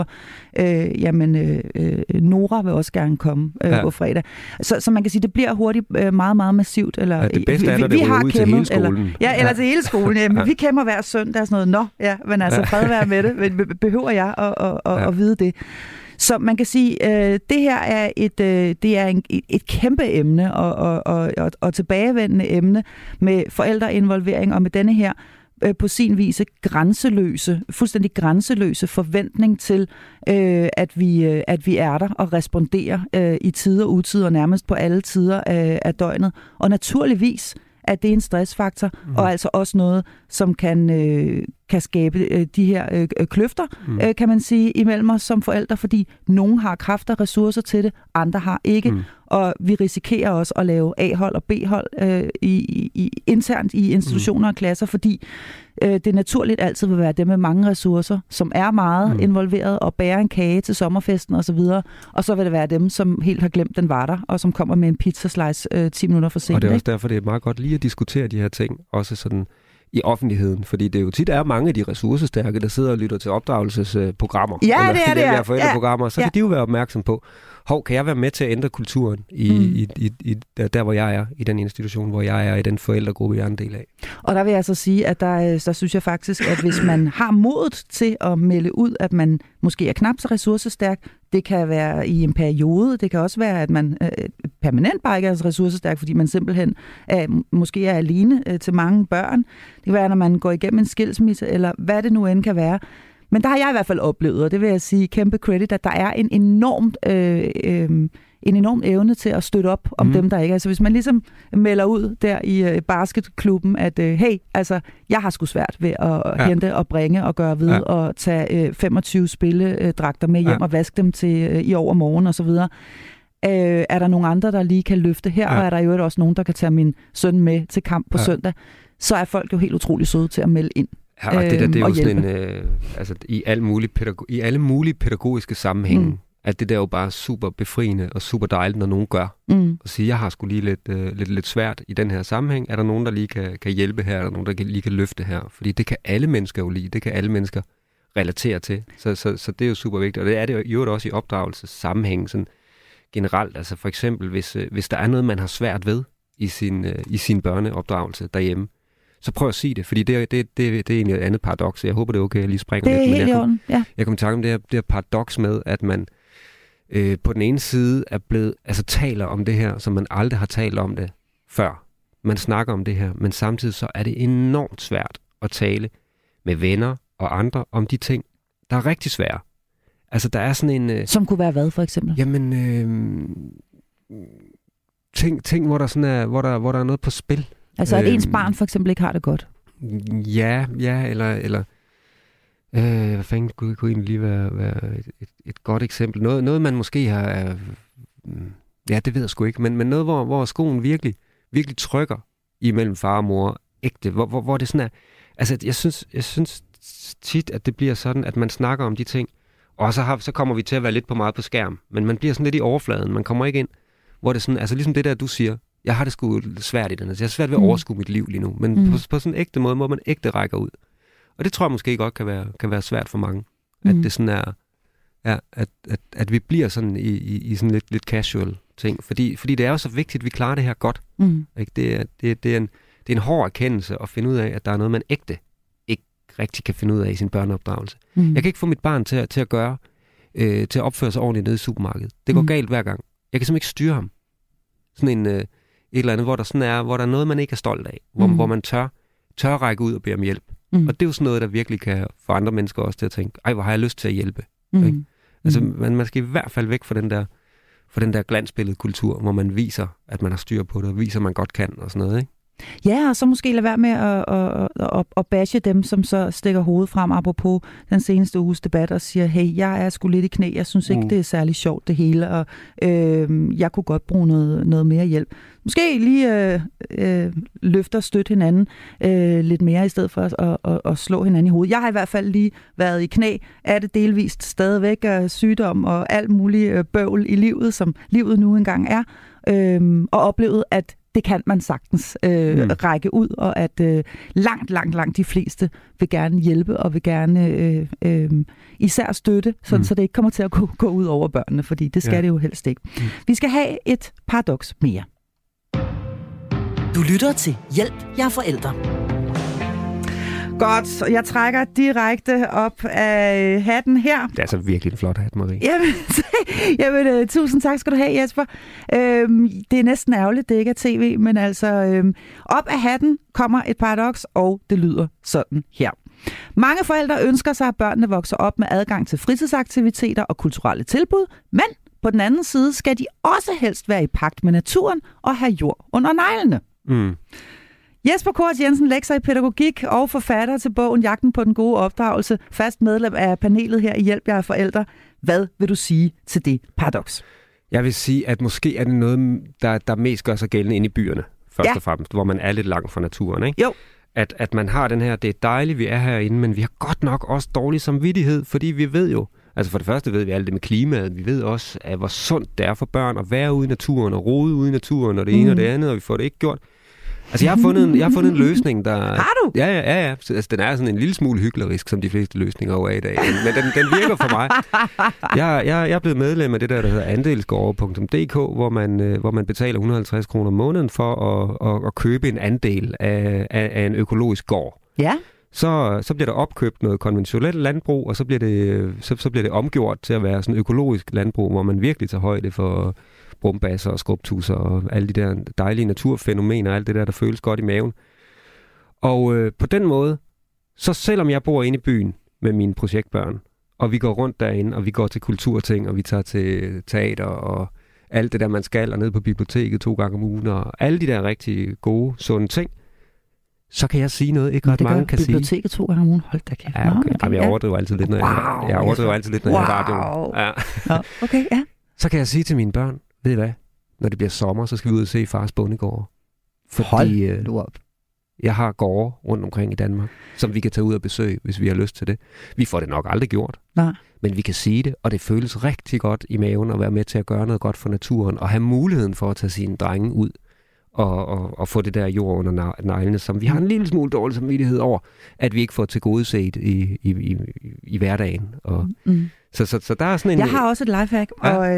Nora vil også gerne komme på fredag. Så man kan sige, det bliver hurtigt meget, meget massivt. Eller, det bedste er, når det er ud til hele skolen. Eller til hele skolen. Jamen, vi kæmper hver søndag og sådan noget. Men fred være med det. Men behøver jeg at vide det? Så man kan sige, det her er et kæmpe emne og tilbagevendende emne med forældreinvolvering og med denne her på sin vis fuldstændig grænseløse forventning til, at vi er der og responderer i tider og utider, nærmest på alle tider af døgnet. Og naturligvis at det er en stressfaktor, og altså også noget, som kan skabe de her kløfter, kan man sige, imellem os som forældre, fordi nogen har kræfter og ressourcer til det, andre har ikke, og vi risikerer også at lave A-hold og B-hold internt i institutioner og klasser, fordi det naturligt altid vil være dem med mange ressourcer, som er meget involveret og bærer en kage til sommerfesten osv., og så vil det være dem, som helt har glemt, den var der, og som kommer med en pizzaslice 10 minutter for sent. Og det er også derfor, det er meget godt lige at diskutere de her ting, også sådan i offentligheden, fordi det jo tit er mange af de ressourcestærke, der sidder og lytter til opdragelsesprogrammer. Ja, det er det. Eller forældreprogrammer, så kan de jo være opmærksom på, kan jeg være med til at ændre kulturen der, hvor jeg er, i den institution, hvor jeg er, i den forældregruppe, jeg er en del af. Og der vil jeg så sige, at der synes jeg faktisk, at hvis man har modet til at melde ud, at man måske er knap så ressourcestærk, det kan være i en periode, det kan også være, at man permanent bare ikke er ressourcestærk, fordi man simpelthen måske er alene til mange børn. Det kan være, når man går igennem en skilsmisse, eller hvad det nu end kan være. Men der har jeg i hvert fald oplevet, og det vil jeg sige kæmpe credit, at der er en enorm evne til at støtte op om dem, der ikke er. Altså hvis man ligesom melder ud der i basketklubben, at hey, altså jeg har sgu svært ved at hente og bringe og gøre ved og tage 25 spilledragter med hjem og vaske dem til i overmorgen og så videre. Er der nogle andre, der lige kan løfte her, og er der jo også nogen, der kan tage min søn med til kamp på søndag, så er folk jo helt utrolig søde til at melde ind. Ja, og det er jo sådan altså i alle mulige pædagogiske sammenhænge, at det der er jo bare super befriende og super dejligt, når nogen gør. Og sige, jeg har sgu lige lidt svært i den her sammenhæng. Er der nogen, der lige kan hjælpe her? Er der nogen, der lige kan løfte her? Fordi det kan alle mennesker jo lide. Det kan alle mennesker relatere til. Så det er jo super vigtigt. Og det er det jo også i opdragelsessammenhæng sådan generelt. Altså for eksempel, hvis der er noget, man har svært ved i sin børneopdragelse derhjemme, så prøv at sige det, fordi det er egentlig et andet paradoks. Jeg håber, det er okay, jeg lige springer lidt. Det er helt i orden, ja. Jeg kom i tanke om det her paradoks med, at man på den ene side er blevet, altså taler om det her, som man aldrig har talt om det før. Man snakker om det her, men samtidig så er det enormt svært at tale med venner og andre om de ting, der er rigtig svære. Altså der er sådan en... Som kunne være hvad, for eksempel? Jamen, ting hvor der sådan er, hvor der er noget på spil. Altså at ens barn for eksempel ikke har det godt? Ja, eller hvad fanden kunne egentlig lige være et godt eksempel? Noget man måske har... ja, det ved jeg sgu ikke, men noget, hvor skoen virkelig trykker imellem far og mor ægte. Hvor det sådan er... Altså, jeg synes tit, at det bliver sådan, at man snakker om de ting, og så kommer vi til at være lidt på meget på skærm, men man bliver sådan lidt i overfladen. Man kommer ikke ind, hvor det sådan... Altså, ligesom det der, du siger... Jeg har det sgu svært i den. Jeg har svært ved at overskue mit liv lige nu. Men på sådan en ægte måde, hvor man ægte rækker ud. Og det tror jeg måske godt kan være svært for mange. At det sådan er... Ja, at vi bliver sådan i sådan lidt casual ting. Fordi det er jo så vigtigt, at vi klarer det her godt. Ikke? Det er en hård erkendelse at finde ud af, at der er noget, man ægte ikke rigtig kan finde ud af i sin børneopdragelse. Jeg kan ikke få mit barn til at opføre sig ordentligt nede i supermarkedet. Det går galt hver gang. Jeg kan simpelthen ikke styre ham. Sådan et eller andet, hvor der er noget, man ikke er stolt af. Hvor man tør række ud og bede om hjælp. Og det er jo sådan noget, der virkelig kan få andre mennesker også til at tænke, ej, hvor har jeg lyst til at hjælpe. Ikke? Altså, man skal i hvert fald væk fra den der glansbilledkultur, hvor man viser, at man har styr på det, og viser, at man godt kan, og sådan noget, ikke? Ja, og så måske lade være med at bashe dem, som så stikker hovedet frem, apropos den seneste uges debat, og siger, hey, jeg er sgu lidt i knæ, jeg synes ikke, det er særlig sjovt det hele, og jeg kunne godt bruge noget mere hjælp. Måske lige løfte og støtte hinanden lidt mere, i stedet for at slå hinanden i hovedet. Jeg har i hvert fald lige været i knæ, er det delvist stadigvæk sygdom og alt muligt bøvl i livet, som livet nu engang er, og oplevet, at det kan man sagtens række ud, og at langt de fleste vil gerne hjælpe, og vil gerne især støtte, sådan, så det ikke kommer til at gå ud over børnene, fordi det skal det jo helst ikke. Vi skal have et paradoks mere. Du lytter til Hjælp, jeg er forælder. Godt, jeg trækker direkte op af hatten her. Det er altså virkelig en flot hat, Marie. Jamen, tusind tak skal du have, Jesper. Det er næsten ærgerligt, det ikke er tv, men altså op af hatten kommer et paradoks, og det lyder sådan her. Mange forældre ønsker sig, at børnene vokser op med adgang til fritidsaktiviteter og kulturelle tilbud, men på den anden side skal de også helst være i pagt med naturen og have jord under neglene. Jesper Kort Jensen, lektor i pædagogik og forfatter til bogen Jagten på den gode opdragelse, fast medlem af panelet her i Hjælp, jeg er forælder. Hvad vil du sige til det paradoks? Jeg vil sige, at måske er det noget, der mest gør sig gældende inde i byerne, først og fremmest, hvor man er lidt langt fra naturen, ikke? Jo. At man har den her, det er dejligt, vi er herinde, men vi har godt nok også dårlig samvittighed, fordi vi ved jo, altså for det første ved vi alt det med klimaet, vi ved også, at hvor sundt det er for børn at være ude i naturen og rode ude i naturen, og det ene og det andet, og vi får det ikke gjort. Altså, jeg har fundet en løsning, der... Har du? Ja. Altså, den er sådan en lille smule hyklerisk, som de fleste løsninger over i dag. Men den virker for mig. Jeg er blevet medlem af det der hedder andelsgårde.dk, hvor man betaler 150 kroner om måneden for at købe en andel af en økologisk gård. Ja. Så bliver der opkøbt noget konventionelt landbrug, og så bliver det omgjort til at være sådan økologisk landbrug, hvor man virkelig tager højde for brumbasser og skrubtusser og alle de der dejlige naturfænomener, alt det der føles godt i maven. Og på den måde, så selvom jeg bor inde i byen med mine projektbørn, og vi går rundt derinde, og vi går til kulturting, og vi tager til teater og alt det der, man skal, og ned på biblioteket 2 gange om ugen, og alle de der rigtig gode, sunde ting, så kan jeg sige noget, ikke ret mange kan sige. Biblioteket 2 gange om ugen, hold da kæft. Ja, okay. Jamen, jeg overdriver altid lidt, når jeg har radioen. Ja. Okay, ja. Så kan jeg sige til mine børn, ved I hvad? Når det bliver sommer, så skal vi ud og se fars bondegård. Hold nu op. Jeg har gårde rundt omkring i Danmark, som vi kan tage ud og besøge, hvis vi har lyst til det. Vi får det nok aldrig gjort, men vi kan sige det, og det føles rigtig godt i maven at være med til at gøre noget godt for naturen, og have muligheden for at tage sine drenge ud og få det der jord under neglene, som vi har en lille smule dårlig samvittighed over, at vi ikke får tilgodeset i hverdagen. Så der er sådan en... Jeg har også et lifehack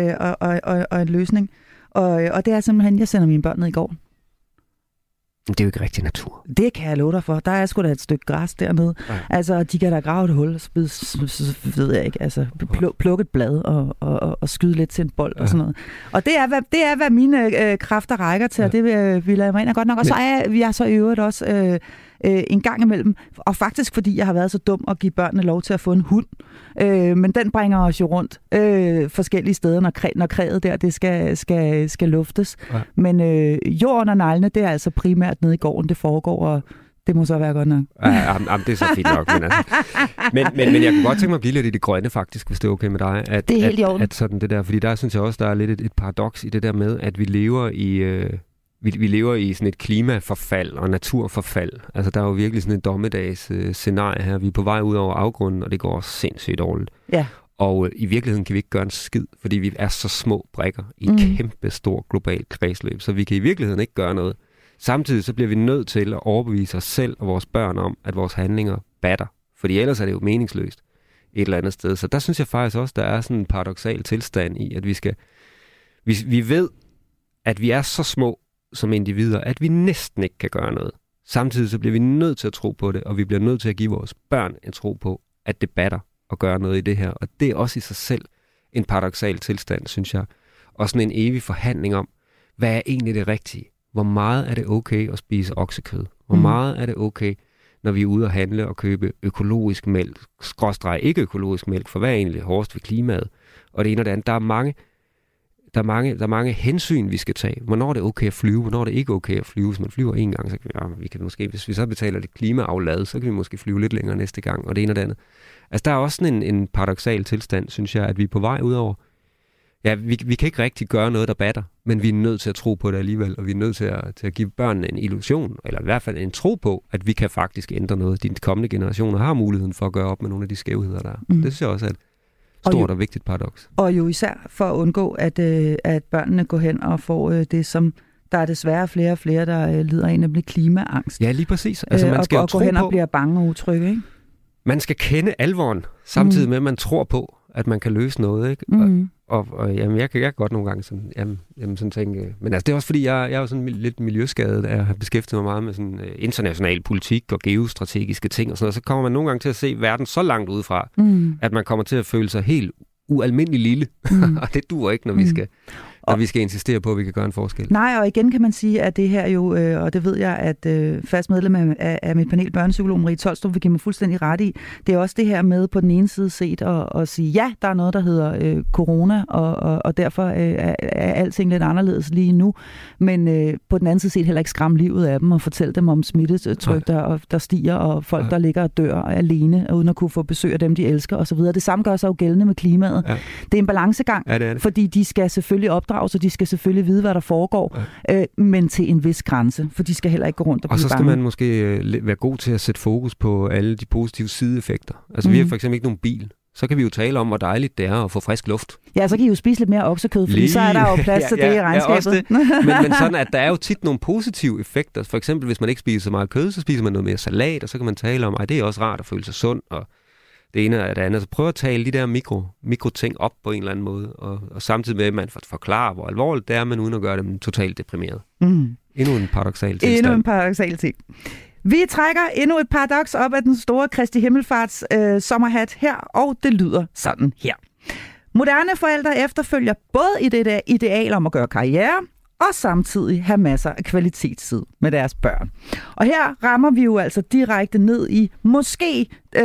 og en løsning, og det er simpelthen, jeg sender mine børn ned i gården. Det er jo ikke rigtig natur. Det kan jeg love dig for. Der er sgu da et stykke græs dernede. Ja. Altså, de kan da grave et hul, ved jeg ikke. Altså, plukke et blad og skyde lidt til en bold og sådan noget. Og det er, hvad mine kræfter rækker til, og det vil jeg mene godt nok. Og så er jeg så i øvrigt også en gang imellem, og faktisk fordi jeg har været så dum at give børnene lov til at få en hund. Men den bringer os jo rundt forskellige steder, når kræet der, det skal luftes. Ja. Men jorden og neglene, det er altså primært nede i gården, det foregår, og det må så være godt nok. Det er så fint nok. Men jeg kunne godt tænke mig at blive lidt i det grønne faktisk, hvis det er okay med dig. Det er helt i orden. At sådan det der, fordi der synes jeg også, der er lidt et paradoks i det der med, at vi lever i... Vi lever i sådan et klimaforfald og naturforfald. Altså, der er jo virkelig sådan et dommedags scenarie her. Vi er på vej ud over afgrunden, og det går også dårligt. Ja. Og i virkeligheden kan vi ikke gøre en skid, fordi vi er så små brikker i et kæmpe stort globalt kredsløb. Så vi kan i virkeligheden ikke gøre noget. Samtidig så bliver vi nødt til at overbevise os selv og vores børn om, at vores handlinger batter. Fordi ellers er det jo meningsløst et eller andet sted. Så der synes jeg faktisk også, der er sådan en paradoksal tilstand i, at vi ved, at vi er så små som individer, at vi næsten ikke kan gøre noget. Samtidig så bliver vi nødt til at tro på det, og vi bliver nødt til at give vores børn en tro på, at det batter at gøre noget i det her. Og det er også i sig selv en paradoksal tilstand, synes jeg. Og sådan en evig forhandling om, hvad er egentlig det rigtige? Hvor meget er det okay at spise oksekød? Hvor meget er det okay, når vi er ude at handle og købe økologisk mælk, / ikke økologisk mælk, for hvad er egentlig hårdest ved klimaet? Og det ene og det andet. Der er mange hensyn, vi skal tage. Hvornår er det okay at flyve? Hvornår er det ikke okay at flyve? Hvis man flyver en gang, så kan vi kan måske, hvis vi så betaler det klimaaflad, så kan vi måske flyve lidt længere næste gang, og det ene og det andet. Altså, der er også sådan en paradoksal tilstand, synes jeg, at vi er på vej ud over. Ja, vi kan ikke rigtig gøre noget, der batter, men vi er nødt til at tro på det alligevel, og vi er nødt til at give børnene en illusion, eller i hvert fald en tro på, at vi kan faktisk ændre noget. De kommende generationer har muligheden for at gøre op med nogle af de skævheder, der er. Det synes jeg også er stort og vigtigt paradoks. Og jo især for at undgå, at børnene går hen og får det, som der er desværre flere og flere, der lider af, nemlig klimaangst. Ja, lige præcis. Altså, man skal og gå hen og bliver bange og utrygge, ikke? Man skal kende alvoren, samtidig med, at man tror på, at man kan løse noget, ikke? Og jamen, jeg kan godt nogle gange sådan tænke... Men altså, det er også fordi, jeg er jo sådan lidt miljøskadet, at jeg har beskæftiget mig meget med sådan international politik og geostrategiske ting og sådan noget. Så kommer man nogle gange til at se verden så langt udefra, at man kommer til at føle sig helt ualmindelig lille. Og det duer ikke, når vi skal insistere på, at vi kan gøre en forskel. Nej, og igen kan man sige, at det her jo, og det ved jeg, at fast medlem af mit panel, børnepsykolog Marie Tolstrup, vil give mig fuldstændig ret i. Det er også det her med på den ene side set at sige, ja, der er noget, der hedder corona, og derfor er alting lidt anderledes lige nu. Men på den anden side set heller ikke skræmme livet af dem og fortælle dem om smittetryk, der stiger, og folk, der ligger og dør alene, uden at kunne få besøg af dem, de elsker osv. Det samme gør sig jo gældende med klimaet. Ja. Det er en balancegang, fordi de skal selvfølgelig opdrage, så de skal selvfølgelig vide, hvad der foregår, men til en vis grænse, for de skal heller ikke gå rundt og blive bange. Og så skal man måske være god til at sætte fokus på alle de positive sideeffekter. Altså, vi har for eksempel ikke nogen bil. Så kan vi jo tale om, hvor dejligt det er at få frisk luft. Ja, så kan I jo spise lidt mere oksekød, fordi så er der jo plads til det i regnskabet. Men sådan, at der er jo tit nogle positive effekter. For eksempel, hvis man ikke spiser så meget kød, så spiser man noget mere salat, og så kan man tale om, det er også rart at føle sig sund, og det ene og det andet. Så prøv at tale de der mikroting op på en eller anden måde, og samtidig med, at man forklarer, hvor alvorligt det er, men uden at gøre dem totalt deprimeret. Endnu en paradoksal tilstand. Endnu en paradoksal ting. Vi trækker endnu et paradoks op af den store Kristi Himmelfarts sommerhat her, og det lyder sådan her. Moderne forældre efterfølger både i det ideal om at gøre karriere, og samtidig have masser af kvalitetstid med deres børn. Og her rammer vi jo altså direkte ned i måske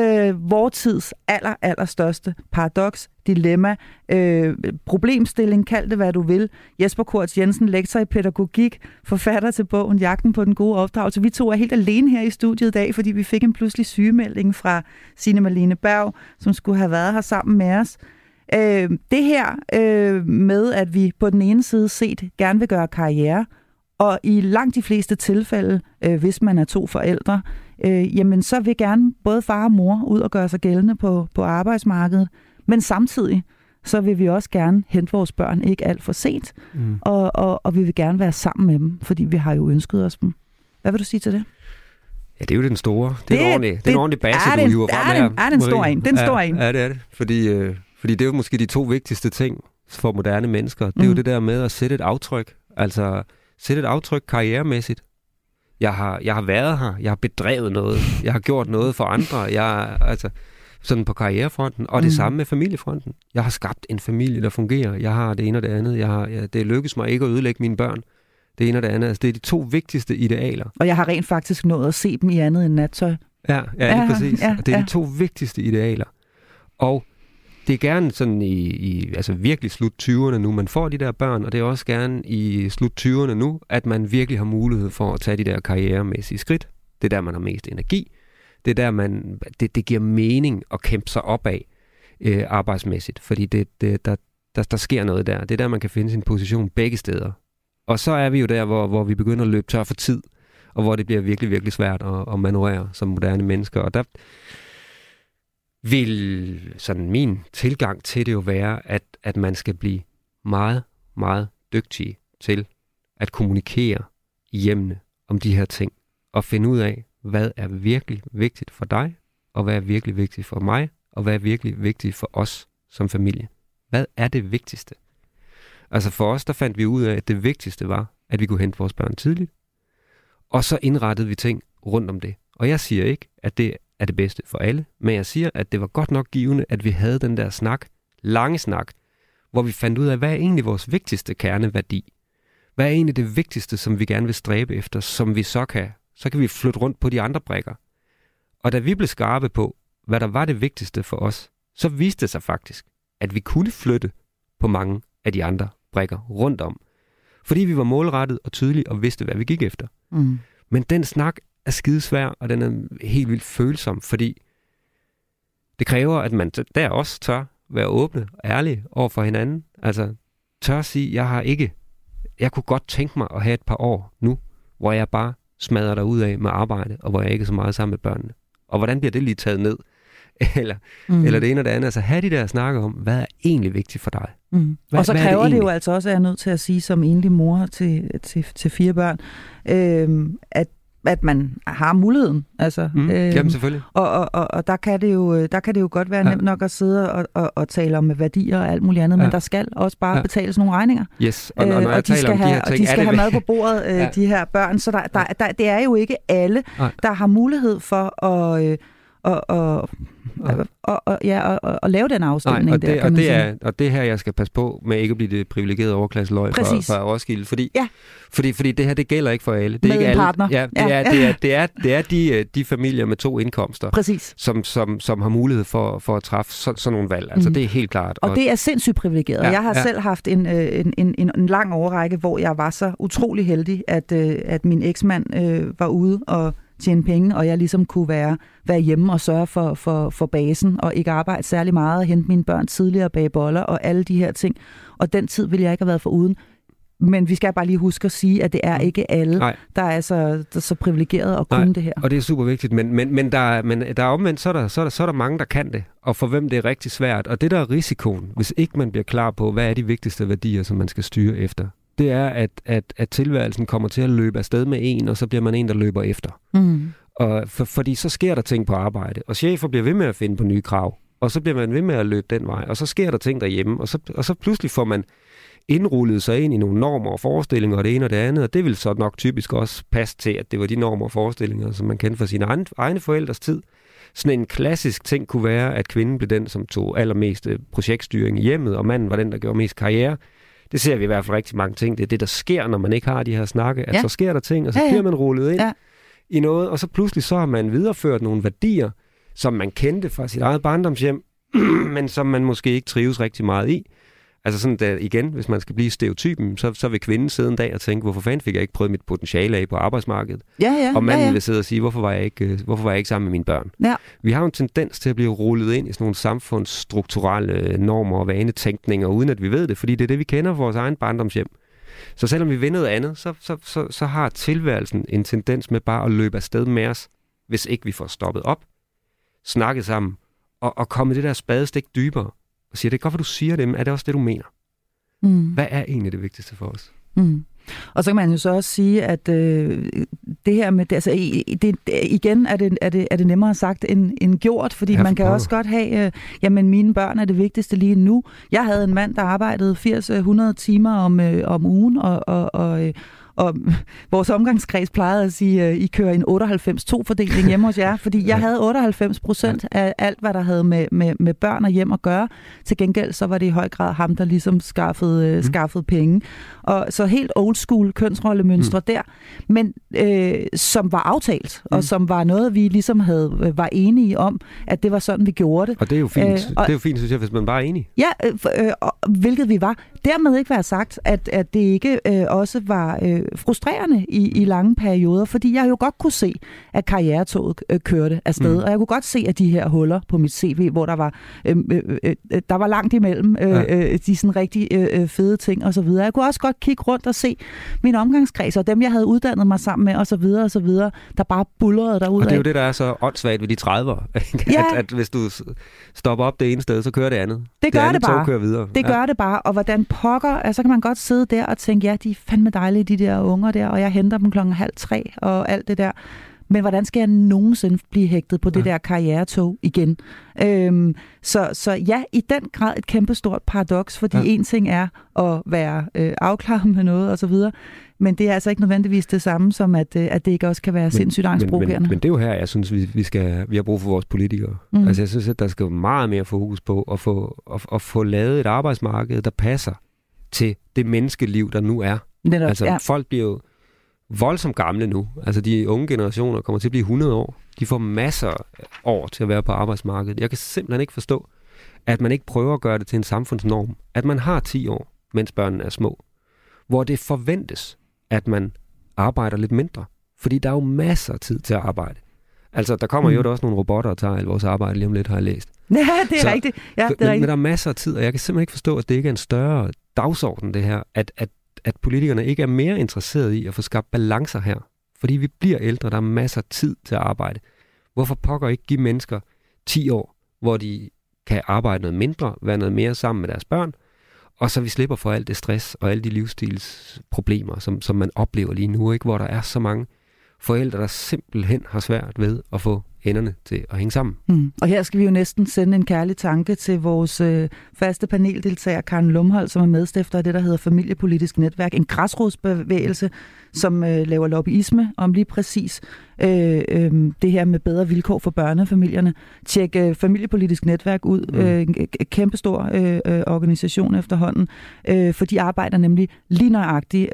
vor tids allerstørste paradoks, dilemma, problemstilling, kald det hvad du vil. Jesper Kortz Jensen, lektor i pædagogik, forfatter til bogen Jagten på den gode opdragelse. Vi to er helt alene her i studiet i dag, fordi vi fik en pludselig sygemelding fra Signe Malene Berg, som skulle have været her sammen med os. Det her med, at vi på den ene side set gerne vil gøre karriere, Og i langt de fleste tilfælde, hvis man er 2 forældre, jamen så vil gerne både far og mor ud og gøre sig gældende på arbejdsmarkedet. Men samtidig, så vil vi også gerne hente vores børn ikke alt for sent. Og vi vil gerne være sammen med dem, fordi vi har jo ønsket os dem. Hvad vil du sige til det? Ja, det er jo den store. Det er en ordentlig basse, du hiver frem her. Er den store en? Den store en. Ja, det er det. Fordi det er jo måske de 2 vigtigste ting for moderne mennesker. Det er jo det der med at sætte et aftryk. Altså sætte et aftryk karrieremæssigt. Jeg har været her. Jeg har bedrevet noget. Jeg har gjort noget for andre. Sådan på karrierefronten. Og det samme med familiefronten. Jeg har skabt en familie, der fungerer. Jeg har det ene og det andet. Det lykkes mig ikke at ødelægge mine børn. Det ene og det andet. Altså, det er de 2 vigtigste idealer. Og jeg har rent faktisk nået at se dem i andet end nattøj. Ja, lige præcis. Ja, og det er de 2 vigtigste idealer. Og det er gerne sådan i altså virkelig slut 20'erne nu, man får de der børn, og det er også gerne i slut 20'erne nu, at man virkelig har mulighed for at tage de der karrieremæssige skridt. Det er der, man har mest energi. Det er der, det giver mening at kæmpe sig opad arbejdsmæssigt, fordi der sker noget der. Det er der, man kan finde sin position begge steder. Og så er vi jo der, hvor vi begynder at løbe tør for tid, og hvor det bliver virkelig, virkelig svært at manøvrere som moderne mennesker. Og der vil sådan min tilgang til det jo være, at man skal blive meget, meget dygtig til at kommunikere i hjemmene om de her ting, og finde ud af, hvad er virkelig vigtigt for dig, og hvad er virkelig vigtigt for mig, og hvad er virkelig vigtigt for os som familie. Hvad er det vigtigste? Altså for os, der fandt vi ud af, at det vigtigste var, at vi kunne hente vores børn tidligt, og så indrettede vi ting rundt om det. Og jeg siger ikke, at det er det bedste for alle, men jeg siger, at det var godt nok givende, at vi havde den der lange snak, hvor vi fandt ud af, hvad er egentlig vores vigtigste kerneværdi? Hvad er egentlig det vigtigste, som vi gerne vil stræbe efter, som vi så kan vi flytte rundt på de andre brikker. Og da vi blev skarpe på, hvad der var det vigtigste for os, så viste det sig faktisk, at vi kunne flytte på mange af de andre brikker rundt om. Fordi vi var målrettet og tydelige og vidste, hvad vi gik efter. Men den snak er skidesvær, og den er helt vildt følsom, fordi det kræver, at man der også tør være åbne og ærlige over for hinanden. Altså tør sige, jeg kunne godt tænke mig at have et par år nu, hvor jeg bare smadrer dig ud af med arbejde, og hvor jeg ikke er så meget sammen med børnene. Og hvordan bliver det lige taget ned? Eller det ene og det andet. Altså have de der snakker om, hvad er egentlig vigtigt for dig? Og så kræver det jo altså også, er jeg nødt til at sige, som enlig mor til 4 børn, at man har muligheden. Altså, jamen selvfølgelig. Og der kan det jo godt være nemt nok at sidde og tale om værdier og alt muligt andet, men der skal også bare betales nogle regninger. Yes. Og når jeg de skal have mad på bordet, de her børn. Så det er jo ikke alle, der har mulighed for at lave den afstemning. Nej, og det her, jeg skal passe på med ikke at blive det privilegerede overklasseløg fra Roskilde, fordi det her, det gælder ikke for alle. Det er med ikke en partner. Ja, det er de familier med 2 indkomster, præcis, som har mulighed for at træffe sådan nogle valg. Altså det er helt klart. Og det er sindssygt privilegeret. Jeg har selv haft en lang årrække, hvor jeg var så utrolig heldig, at min eksmand var ude og tjene penge, og jeg ligesom kunne være hjemme og sørge for basen, og ikke arbejde særlig meget, og hente mine børn tidligere, bage boller, og alle de her ting. Og den tid ville jeg ikke have været foruden. Men vi skal bare lige huske at sige, at det er ikke alle, der er så privilegeret at kunne det her. Og det er super vigtigt, men der er omvendt, så er der mange, der kan det, og for hvem det er rigtig svært. Og det der er risikoen, hvis ikke man bliver klar på, hvad er de vigtigste værdier, som man skal styre efter, det er, at tilværelsen kommer til at løbe afsted med en, og så bliver man en, der løber efter. Og fordi så sker der ting på arbejde, og chefer bliver ved med at finde på nye krav, og så bliver man ved med at løbe den vej, og så sker der ting derhjemme, og så pludselig får man indrullet sig ind i nogle normer og forestillinger, og det ene og det andet, og det vil så nok typisk også passe til, at det var de normer og forestillinger, som man kendte fra sine egne forældres tid. Sådan en klassisk ting kunne være, at kvinden blev den, som tog allermest projektstyring i hjemmet, og manden var den, der gjorde mest karriere. Det ser vi i hvert fald rigtig mange ting. Det er det, der sker, når man ikke har de her snakke, at så sker der ting, og så bliver man rullet ind i noget, og så pludselig så har man videreført nogle værdier, som man kendte fra sit eget barndomshjem, men som man måske ikke trives rigtig meget i. Altså sådan, der, igen, hvis man skal blive stereotypen, så vil kvinden sidde en dag og tænke, hvorfor fanden fik jeg ikke prøvet mit potentiale af på arbejdsmarkedet? Og manden vil sidde og sige, hvorfor var jeg ikke sammen med mine børn? Ja. Vi har jo en tendens til at blive rullet ind i sådan nogle samfundsstrukturelle normer og vanetænkninger, uden at vi ved det, fordi det er det, vi kender fra vores egen barndomshjem. Så selvom vi vil noget andet, så har tilværelsen en tendens med bare at løbe afsted med os, hvis ikke vi får stoppet op, snakket sammen, og komme det der spadestik dybere, og siger, det er godt, hvad du siger det, men er det også det, du mener? Hvad er egentlig det vigtigste for os? Og så kan man jo så også sige, at det her med, altså igen er det nemmere sagt end gjort, fordi man kan også godt have, jamen mine børn er det vigtigste lige nu. Jeg havde en mand, der arbejdede 80-100 timer om ugen, og vores omgangskreds plejede at sige, at I kører en 98-2-fordeling hjemme hos jer, fordi jeg havde 98% af alt, hvad der havde med børn og hjem at gøre. Til gengæld så var det i høj grad ham, der ligesom skaffede penge. Og så helt old school kønsrollemønstre der, men som var aftalt, og som var noget, vi ligesom var enige om, at det var sådan, vi gjorde det. Og det er jo fint, det er jo fint, synes jeg, hvis man bare er enig. Ja, hvilket vi var. Dermed ikke være sagt, at det ikke også var frustrerende i lange perioder, fordi jeg jo godt kunne se, at karrieretoget kørte afsted, og jeg kunne godt se, at de her huller på mit CV, hvor der var langt imellem de sådan rigtig fede ting og så videre. Jeg kunne også godt kigge rundt og se min omgangskreds, og dem, jeg havde uddannet mig sammen med og så videre, der bare bullerede derud. Og det er jo det, der er så åndssvagt ved de 30'ere, at hvis du stopper op det ene sted, så kører det andet. Det gør det bare. Tog kører videre. Det gør det bare, og hvordan pokker, så kan man godt sidde der og tænke, ja, de er fandme dejlige, de der unger der, og jeg henter dem 2:30 og alt det der. Men hvordan skal jeg nogensinde blive hægtet på det der karrieretog igen? Så ja, i den grad et kæmpestort paradoks, fordi en ting er at være afklaret med noget og så videre, men det er altså ikke nødvendigvis det samme som, at det ikke også kan være sindssygt angstprovokerende. Men det er jo her, jeg synes, vi har brug for vores politikere. Altså jeg synes, at der skal meget mere fokus på at få lavet et arbejdsmarked, der passer til det menneskeliv, der nu er. Folk bliver jo voldsomt gamle nu. Altså de unge generationer kommer til at blive 100 år. De får masser af år til at være på arbejdsmarkedet. Jeg kan simpelthen ikke forstå, at man ikke prøver at gøre det til en samfundsnorm. At man har 10 år, mens børnene er små. Hvor det forventes, at man arbejder lidt mindre. Fordi der er jo masser af tid til at arbejde. Altså, der kommer jo også nogle robotter, der tager alt vores arbejde lige om lidt, har jeg læst. Ja, det er rigtigt. Ja, det er rigtigt. Men der er masser af tid, og jeg kan simpelthen ikke forstå, at det ikke er en større dagsorden, det her. At politikerne ikke er mere interesserede i at få skabt balancer her. Fordi vi bliver ældre, der er masser af tid til at arbejde. Hvorfor pokker ikke give mennesker 10 år, hvor de kan arbejde noget mindre, være noget mere sammen med deres børn, og så vi slipper for alt det stress og alle de livsstilsproblemer, som man oplever lige nu, ikke? Hvor der er så mange forældre, der simpelthen har svært ved at få enderne til at hænge sammen. Og her skal vi jo næsten sende en kærlig tanke til vores faste paneldeltager, Karen Lumholdt, som er medstifter af det, der hedder Familiepolitisk Netværk, en græsrodsbevægelse, som laver lobbyisme om lige præcis det her med bedre vilkår for børnefamilierne. Tjek Familiepolitisk Netværk ud. En kæmpestor organisation efterhånden, for de arbejder nemlig lige nøjagtigt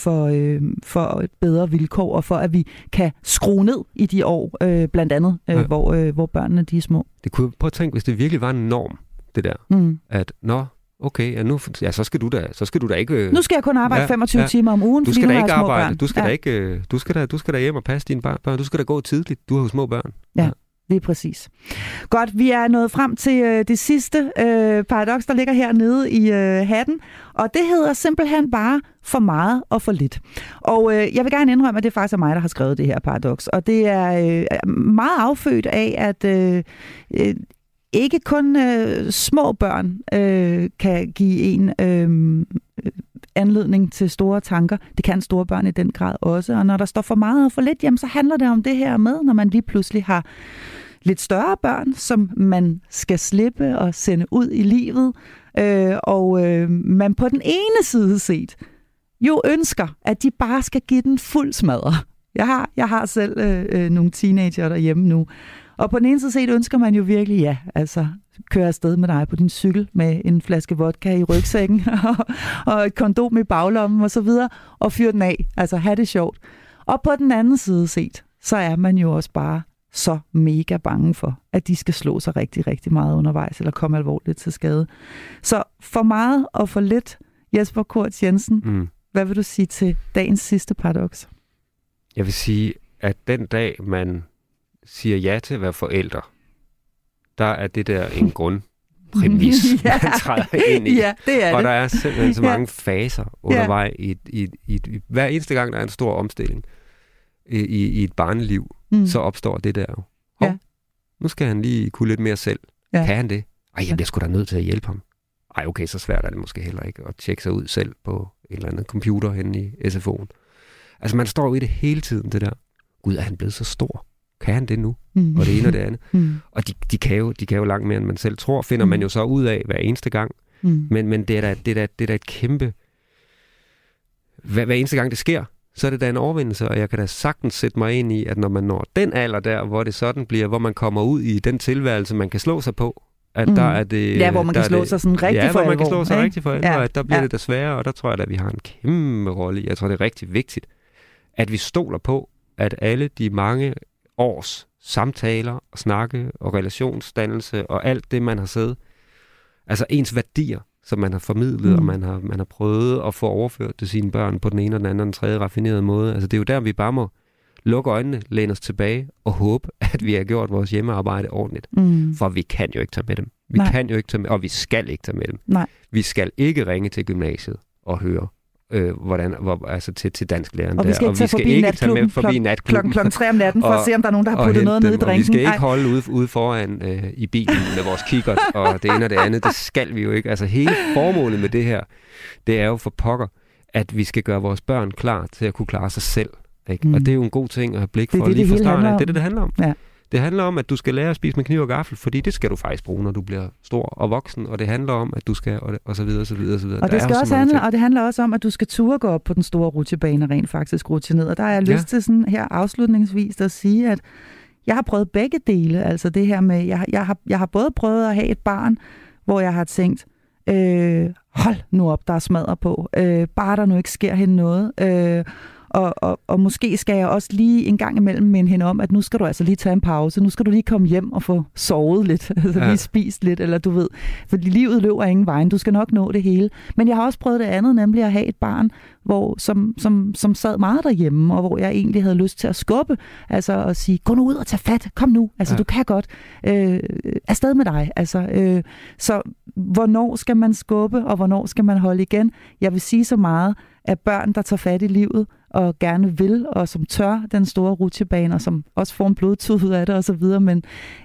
for bedre vilkår, og for at vi kan skrue ned i de år, blandt andet, hvor børnene de er små. Det kunne prøve at tænke, hvis det virkelig var en norm, det der, at okay, så skal du da ikke... Nu skal jeg kun arbejde 25 timer om ugen, fordi nu har jeg små børn. Du skal da hjem og passe dine børn. Du skal da gå tidligt. Du har jo små børn. Ja, lige præcis. Godt, vi er nået frem til det sidste paradoks, der ligger hernede i hatten, og det hedder simpelthen bare for meget og for lidt. Og jeg vil gerne indrømme, at det faktisk er mig, der har skrevet det her paradoks, og det er meget affødt af, at ikke kun små børn kan give en anledning til store tanker. Det kan store børn i den grad også. Og når der står for meget og for lidt, jamen, så handler det om det her med, når man lige pludselig har lidt større børn, som man skal slippe og sende ud i livet. Og man på den ene side set jo ønsker, at de bare skal give den fuld smadre. Jeg har selv nogle teenager derhjemme nu. Og på den ene side ønsker man jo virkelig, køre afsted med dig på din cykel med en flaske vodka i rygsækken og et kondom i baglommen og så videre, og fyre den af, altså have det sjovt. Og på den anden side set, så er man jo også bare så mega bange for, at de skal slå sig rigtig, rigtig meget undervejs, eller komme alvorligt til skade. Så for meget og for lidt, Jesper Korch Jensen, hvad vil du sige til dagens sidste paradoks? Jeg vil sige, at den dag, man siger ja til at være forældre, der er det der en præmis, man træder ind i. Ja, det er og det. der er simpelthen så mange faser undervejs hver eneste gang, der er en stor omstilling i et barneliv, så opstår det der jo. Nu skal han lige kunne lidt mere selv. Ja. Kan han det? Jeg bliver sgu da nødt til at hjælpe ham. Okay, så svært er det måske heller ikke at tjekke sig ud selv på en eller anden computer henne i SFO'en. Altså, man står jo i det hele tiden, det der. Gud, er han blevet så stor? Kan han det nu? Og det ene og det andet. Og de kan jo langt mere, end man selv tror. Finder man jo så ud af hver eneste gang. Men det er da et kæmpe... Hver eneste gang det sker, så er det da en overvindelse, og jeg kan da sagtens sætte mig ind i, at når man når den alder der, hvor det sådan bliver, hvor man kommer ud i den tilværelse, man kan slå sig på, at der er det... Ja, hvor man kan slå sig sådan rigtig for alvor. Ja, hvor man kan slå sig rigtig for alvor, at der bliver det desværre, og der tror jeg, at vi har en kæmpe rolle i. Jeg tror, det er rigtig vigtigt, at vi stoler på, at alle de mange års samtaler og snakke og relationsdannelse og alt det, man har siddet, altså ens værdier, som man har formidlet, og man har prøvet at få overført til sine børn på den ene og den anden og den tredje raffinerede måde. Altså det er jo der, vi bare må lukke øjnene, læne os tilbage og håbe, at vi har gjort vores hjemmearbejde ordentligt. For vi kan jo ikke tage med dem. Vi kan jo ikke tage med, og vi skal ikke tage med dem. Nej. Vi skal ikke ringe til gymnasiet og høre, altså til dansklæreren. Og vi skal ikke tage forbi natklubben klokken 3 om natten, for at se, om der er nogen, der har puttet noget ned i drinken. Vi skal ikke holde ude foran i bilen med vores kikkert, og det ene og det andet. Det skal vi jo ikke. Altså hele formålet med det her, det er jo for pokker, at vi skal gøre vores børn klar til at kunne klare sig selv. Ikke? Og det er jo en god ting at have blik for lige fra starten. Det er det handler om. Ja. Det handler om, at du skal lære at spise med kniv og gaffel, fordi det skal du faktisk bruge, når du bliver stor og voksen, og det handler om, at du skal, og så videre, og så videre, og så videre. Og det skal også handle, og det handler også om, at du skal turde gå op på den store rutsjebane, rent faktisk rutsje ned. Og der har jeg lyst til sådan her afslutningsvis at sige, at jeg har prøvet begge dele. Altså det her med, jeg har både prøvet at have et barn, hvor jeg har tænkt, hold nu op, der er smadret på. Bare der nu ikke sker hende noget. Og måske skal jeg også lige en gang imellem minde hende om, at nu skal du altså lige tage en pause. Nu skal du lige komme hjem og få sovet lidt. Altså lige spist lidt, eller du ved. Fordi livet løber ingen vejen. Du skal nok nå det hele. Men jeg har også prøvet det andet, nemlig at have et barn, som sad meget derhjemme, og hvor jeg egentlig havde lyst til at skubbe. Altså at sige, gå nu ud og tag fat. Kom nu. Altså du kan godt. Afsted med dig. Altså, så hvornår skal man skubbe, og hvornår skal man holde igen? Jeg vil sige så meget, at børn, der tager fat i livet, og gerne vil, og som tør den store rutsjebane, og som også får en blodtud ud af det, og så videre, men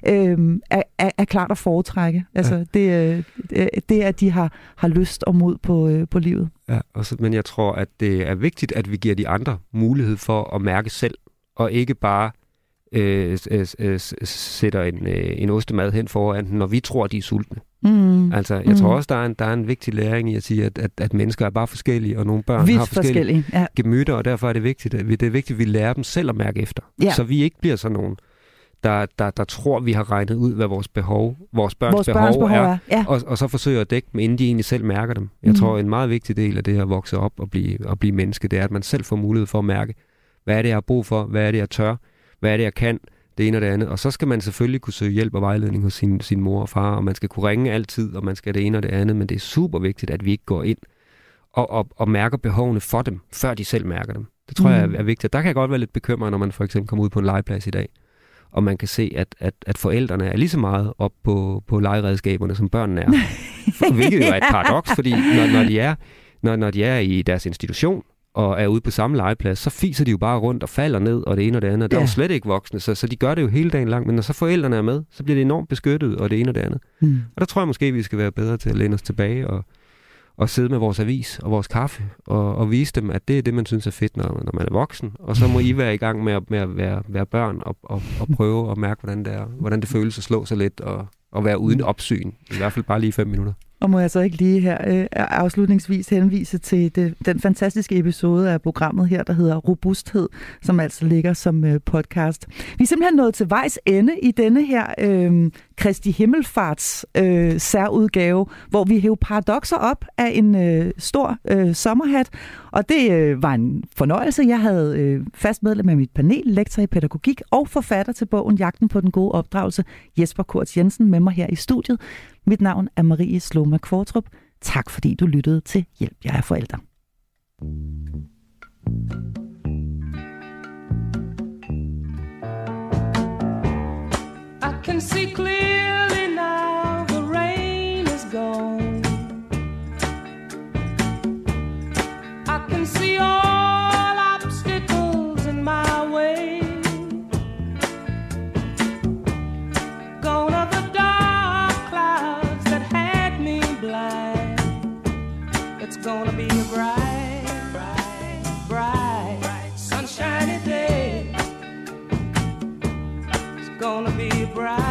er klart at foretrække. Altså, det at de har lyst og mod på livet. Ja, men jeg tror, at det er vigtigt, at vi giver de andre mulighed for at mærke selv, og ikke bare sætter en ostemad hen foran, når vi tror, de er sultne. Altså, jeg tror også, der er en vigtig læring i at sige, at mennesker er bare forskellige, og nogle børn har forskellige gemytter, og derfor er det vigtigt, at vi lærer dem selv at mærke efter. Ja. Så vi ikke bliver sådan nogen, der tror, vi har regnet ud, hvad vores børns behov er, og så forsøger at dække dem, inden de egentlig selv mærker dem. Jeg tror, en meget vigtig del af det at vokse op og blive menneske, det er, at man selv får mulighed for at mærke, hvad er det, jeg har brug for, hvad er det, jeg tør, hvad er det, jeg kan, det ene og det andet. Og så skal man selvfølgelig kunne søge hjælp og vejledning hos sin mor og far, og man skal kunne ringe altid, og man skal det ene og det andet, men det er super vigtigt, at vi ikke går ind og mærker behovene for dem, før de selv mærker dem. Det tror jeg er vigtigt. Der kan jeg godt være lidt bekymret, når man for eksempel kommer ud på en legeplads i dag, og man kan se, at forældrene er lige så meget op på legeredskaberne, som børnene er. Hvilket jo er et paradoks, fordi når de er i deres institution, og er ude på samme legeplads, så fiser de jo bare rundt og falder ned, og det ene og det andet. Der er jo slet ikke voksne, så de gør det jo hele dagen lang. Men når så forældrene er med, så bliver det enormt beskyttet, og det ene og det andet. Og der tror jeg måske, vi skal være bedre til at læne os tilbage og sidde med vores avis og vores kaffe, og vise dem, at det er det, man synes er fedt, når man er voksen. Og så må I være i gang med at være børn og prøve at mærke, hvordan det føles at slå sig lidt og være uden opsyn. I hvert fald bare lige 5 minutter. Og må jeg så ikke lige her afslutningsvis henvise til den fantastiske episode af programmet her, der hedder Robusthed, som altså ligger som podcast. Vi er simpelthen nået til vejs ende i denne her Kristi Himmelfarts særudgave, hvor vi hæver paradokser op af en stor sommerhat. Og det var en fornøjelse. Jeg havde fast medlem af mit panel, lektor i pædagogik og forfatter til bogen Jagten på den gode opdragelse, Jesper Kurtz Jensen, med mig her i studiet. Mit navn er Marie Sloma Kvartrup. Tak fordi du lyttede til Hjælp, jeg er forælder. I can see clearly now the rain can see all obstacles in my way. Gone are the dark clouds that had me blind. It's gonna be a bright, bright, bright, sunshiny day. It's gonna be a bright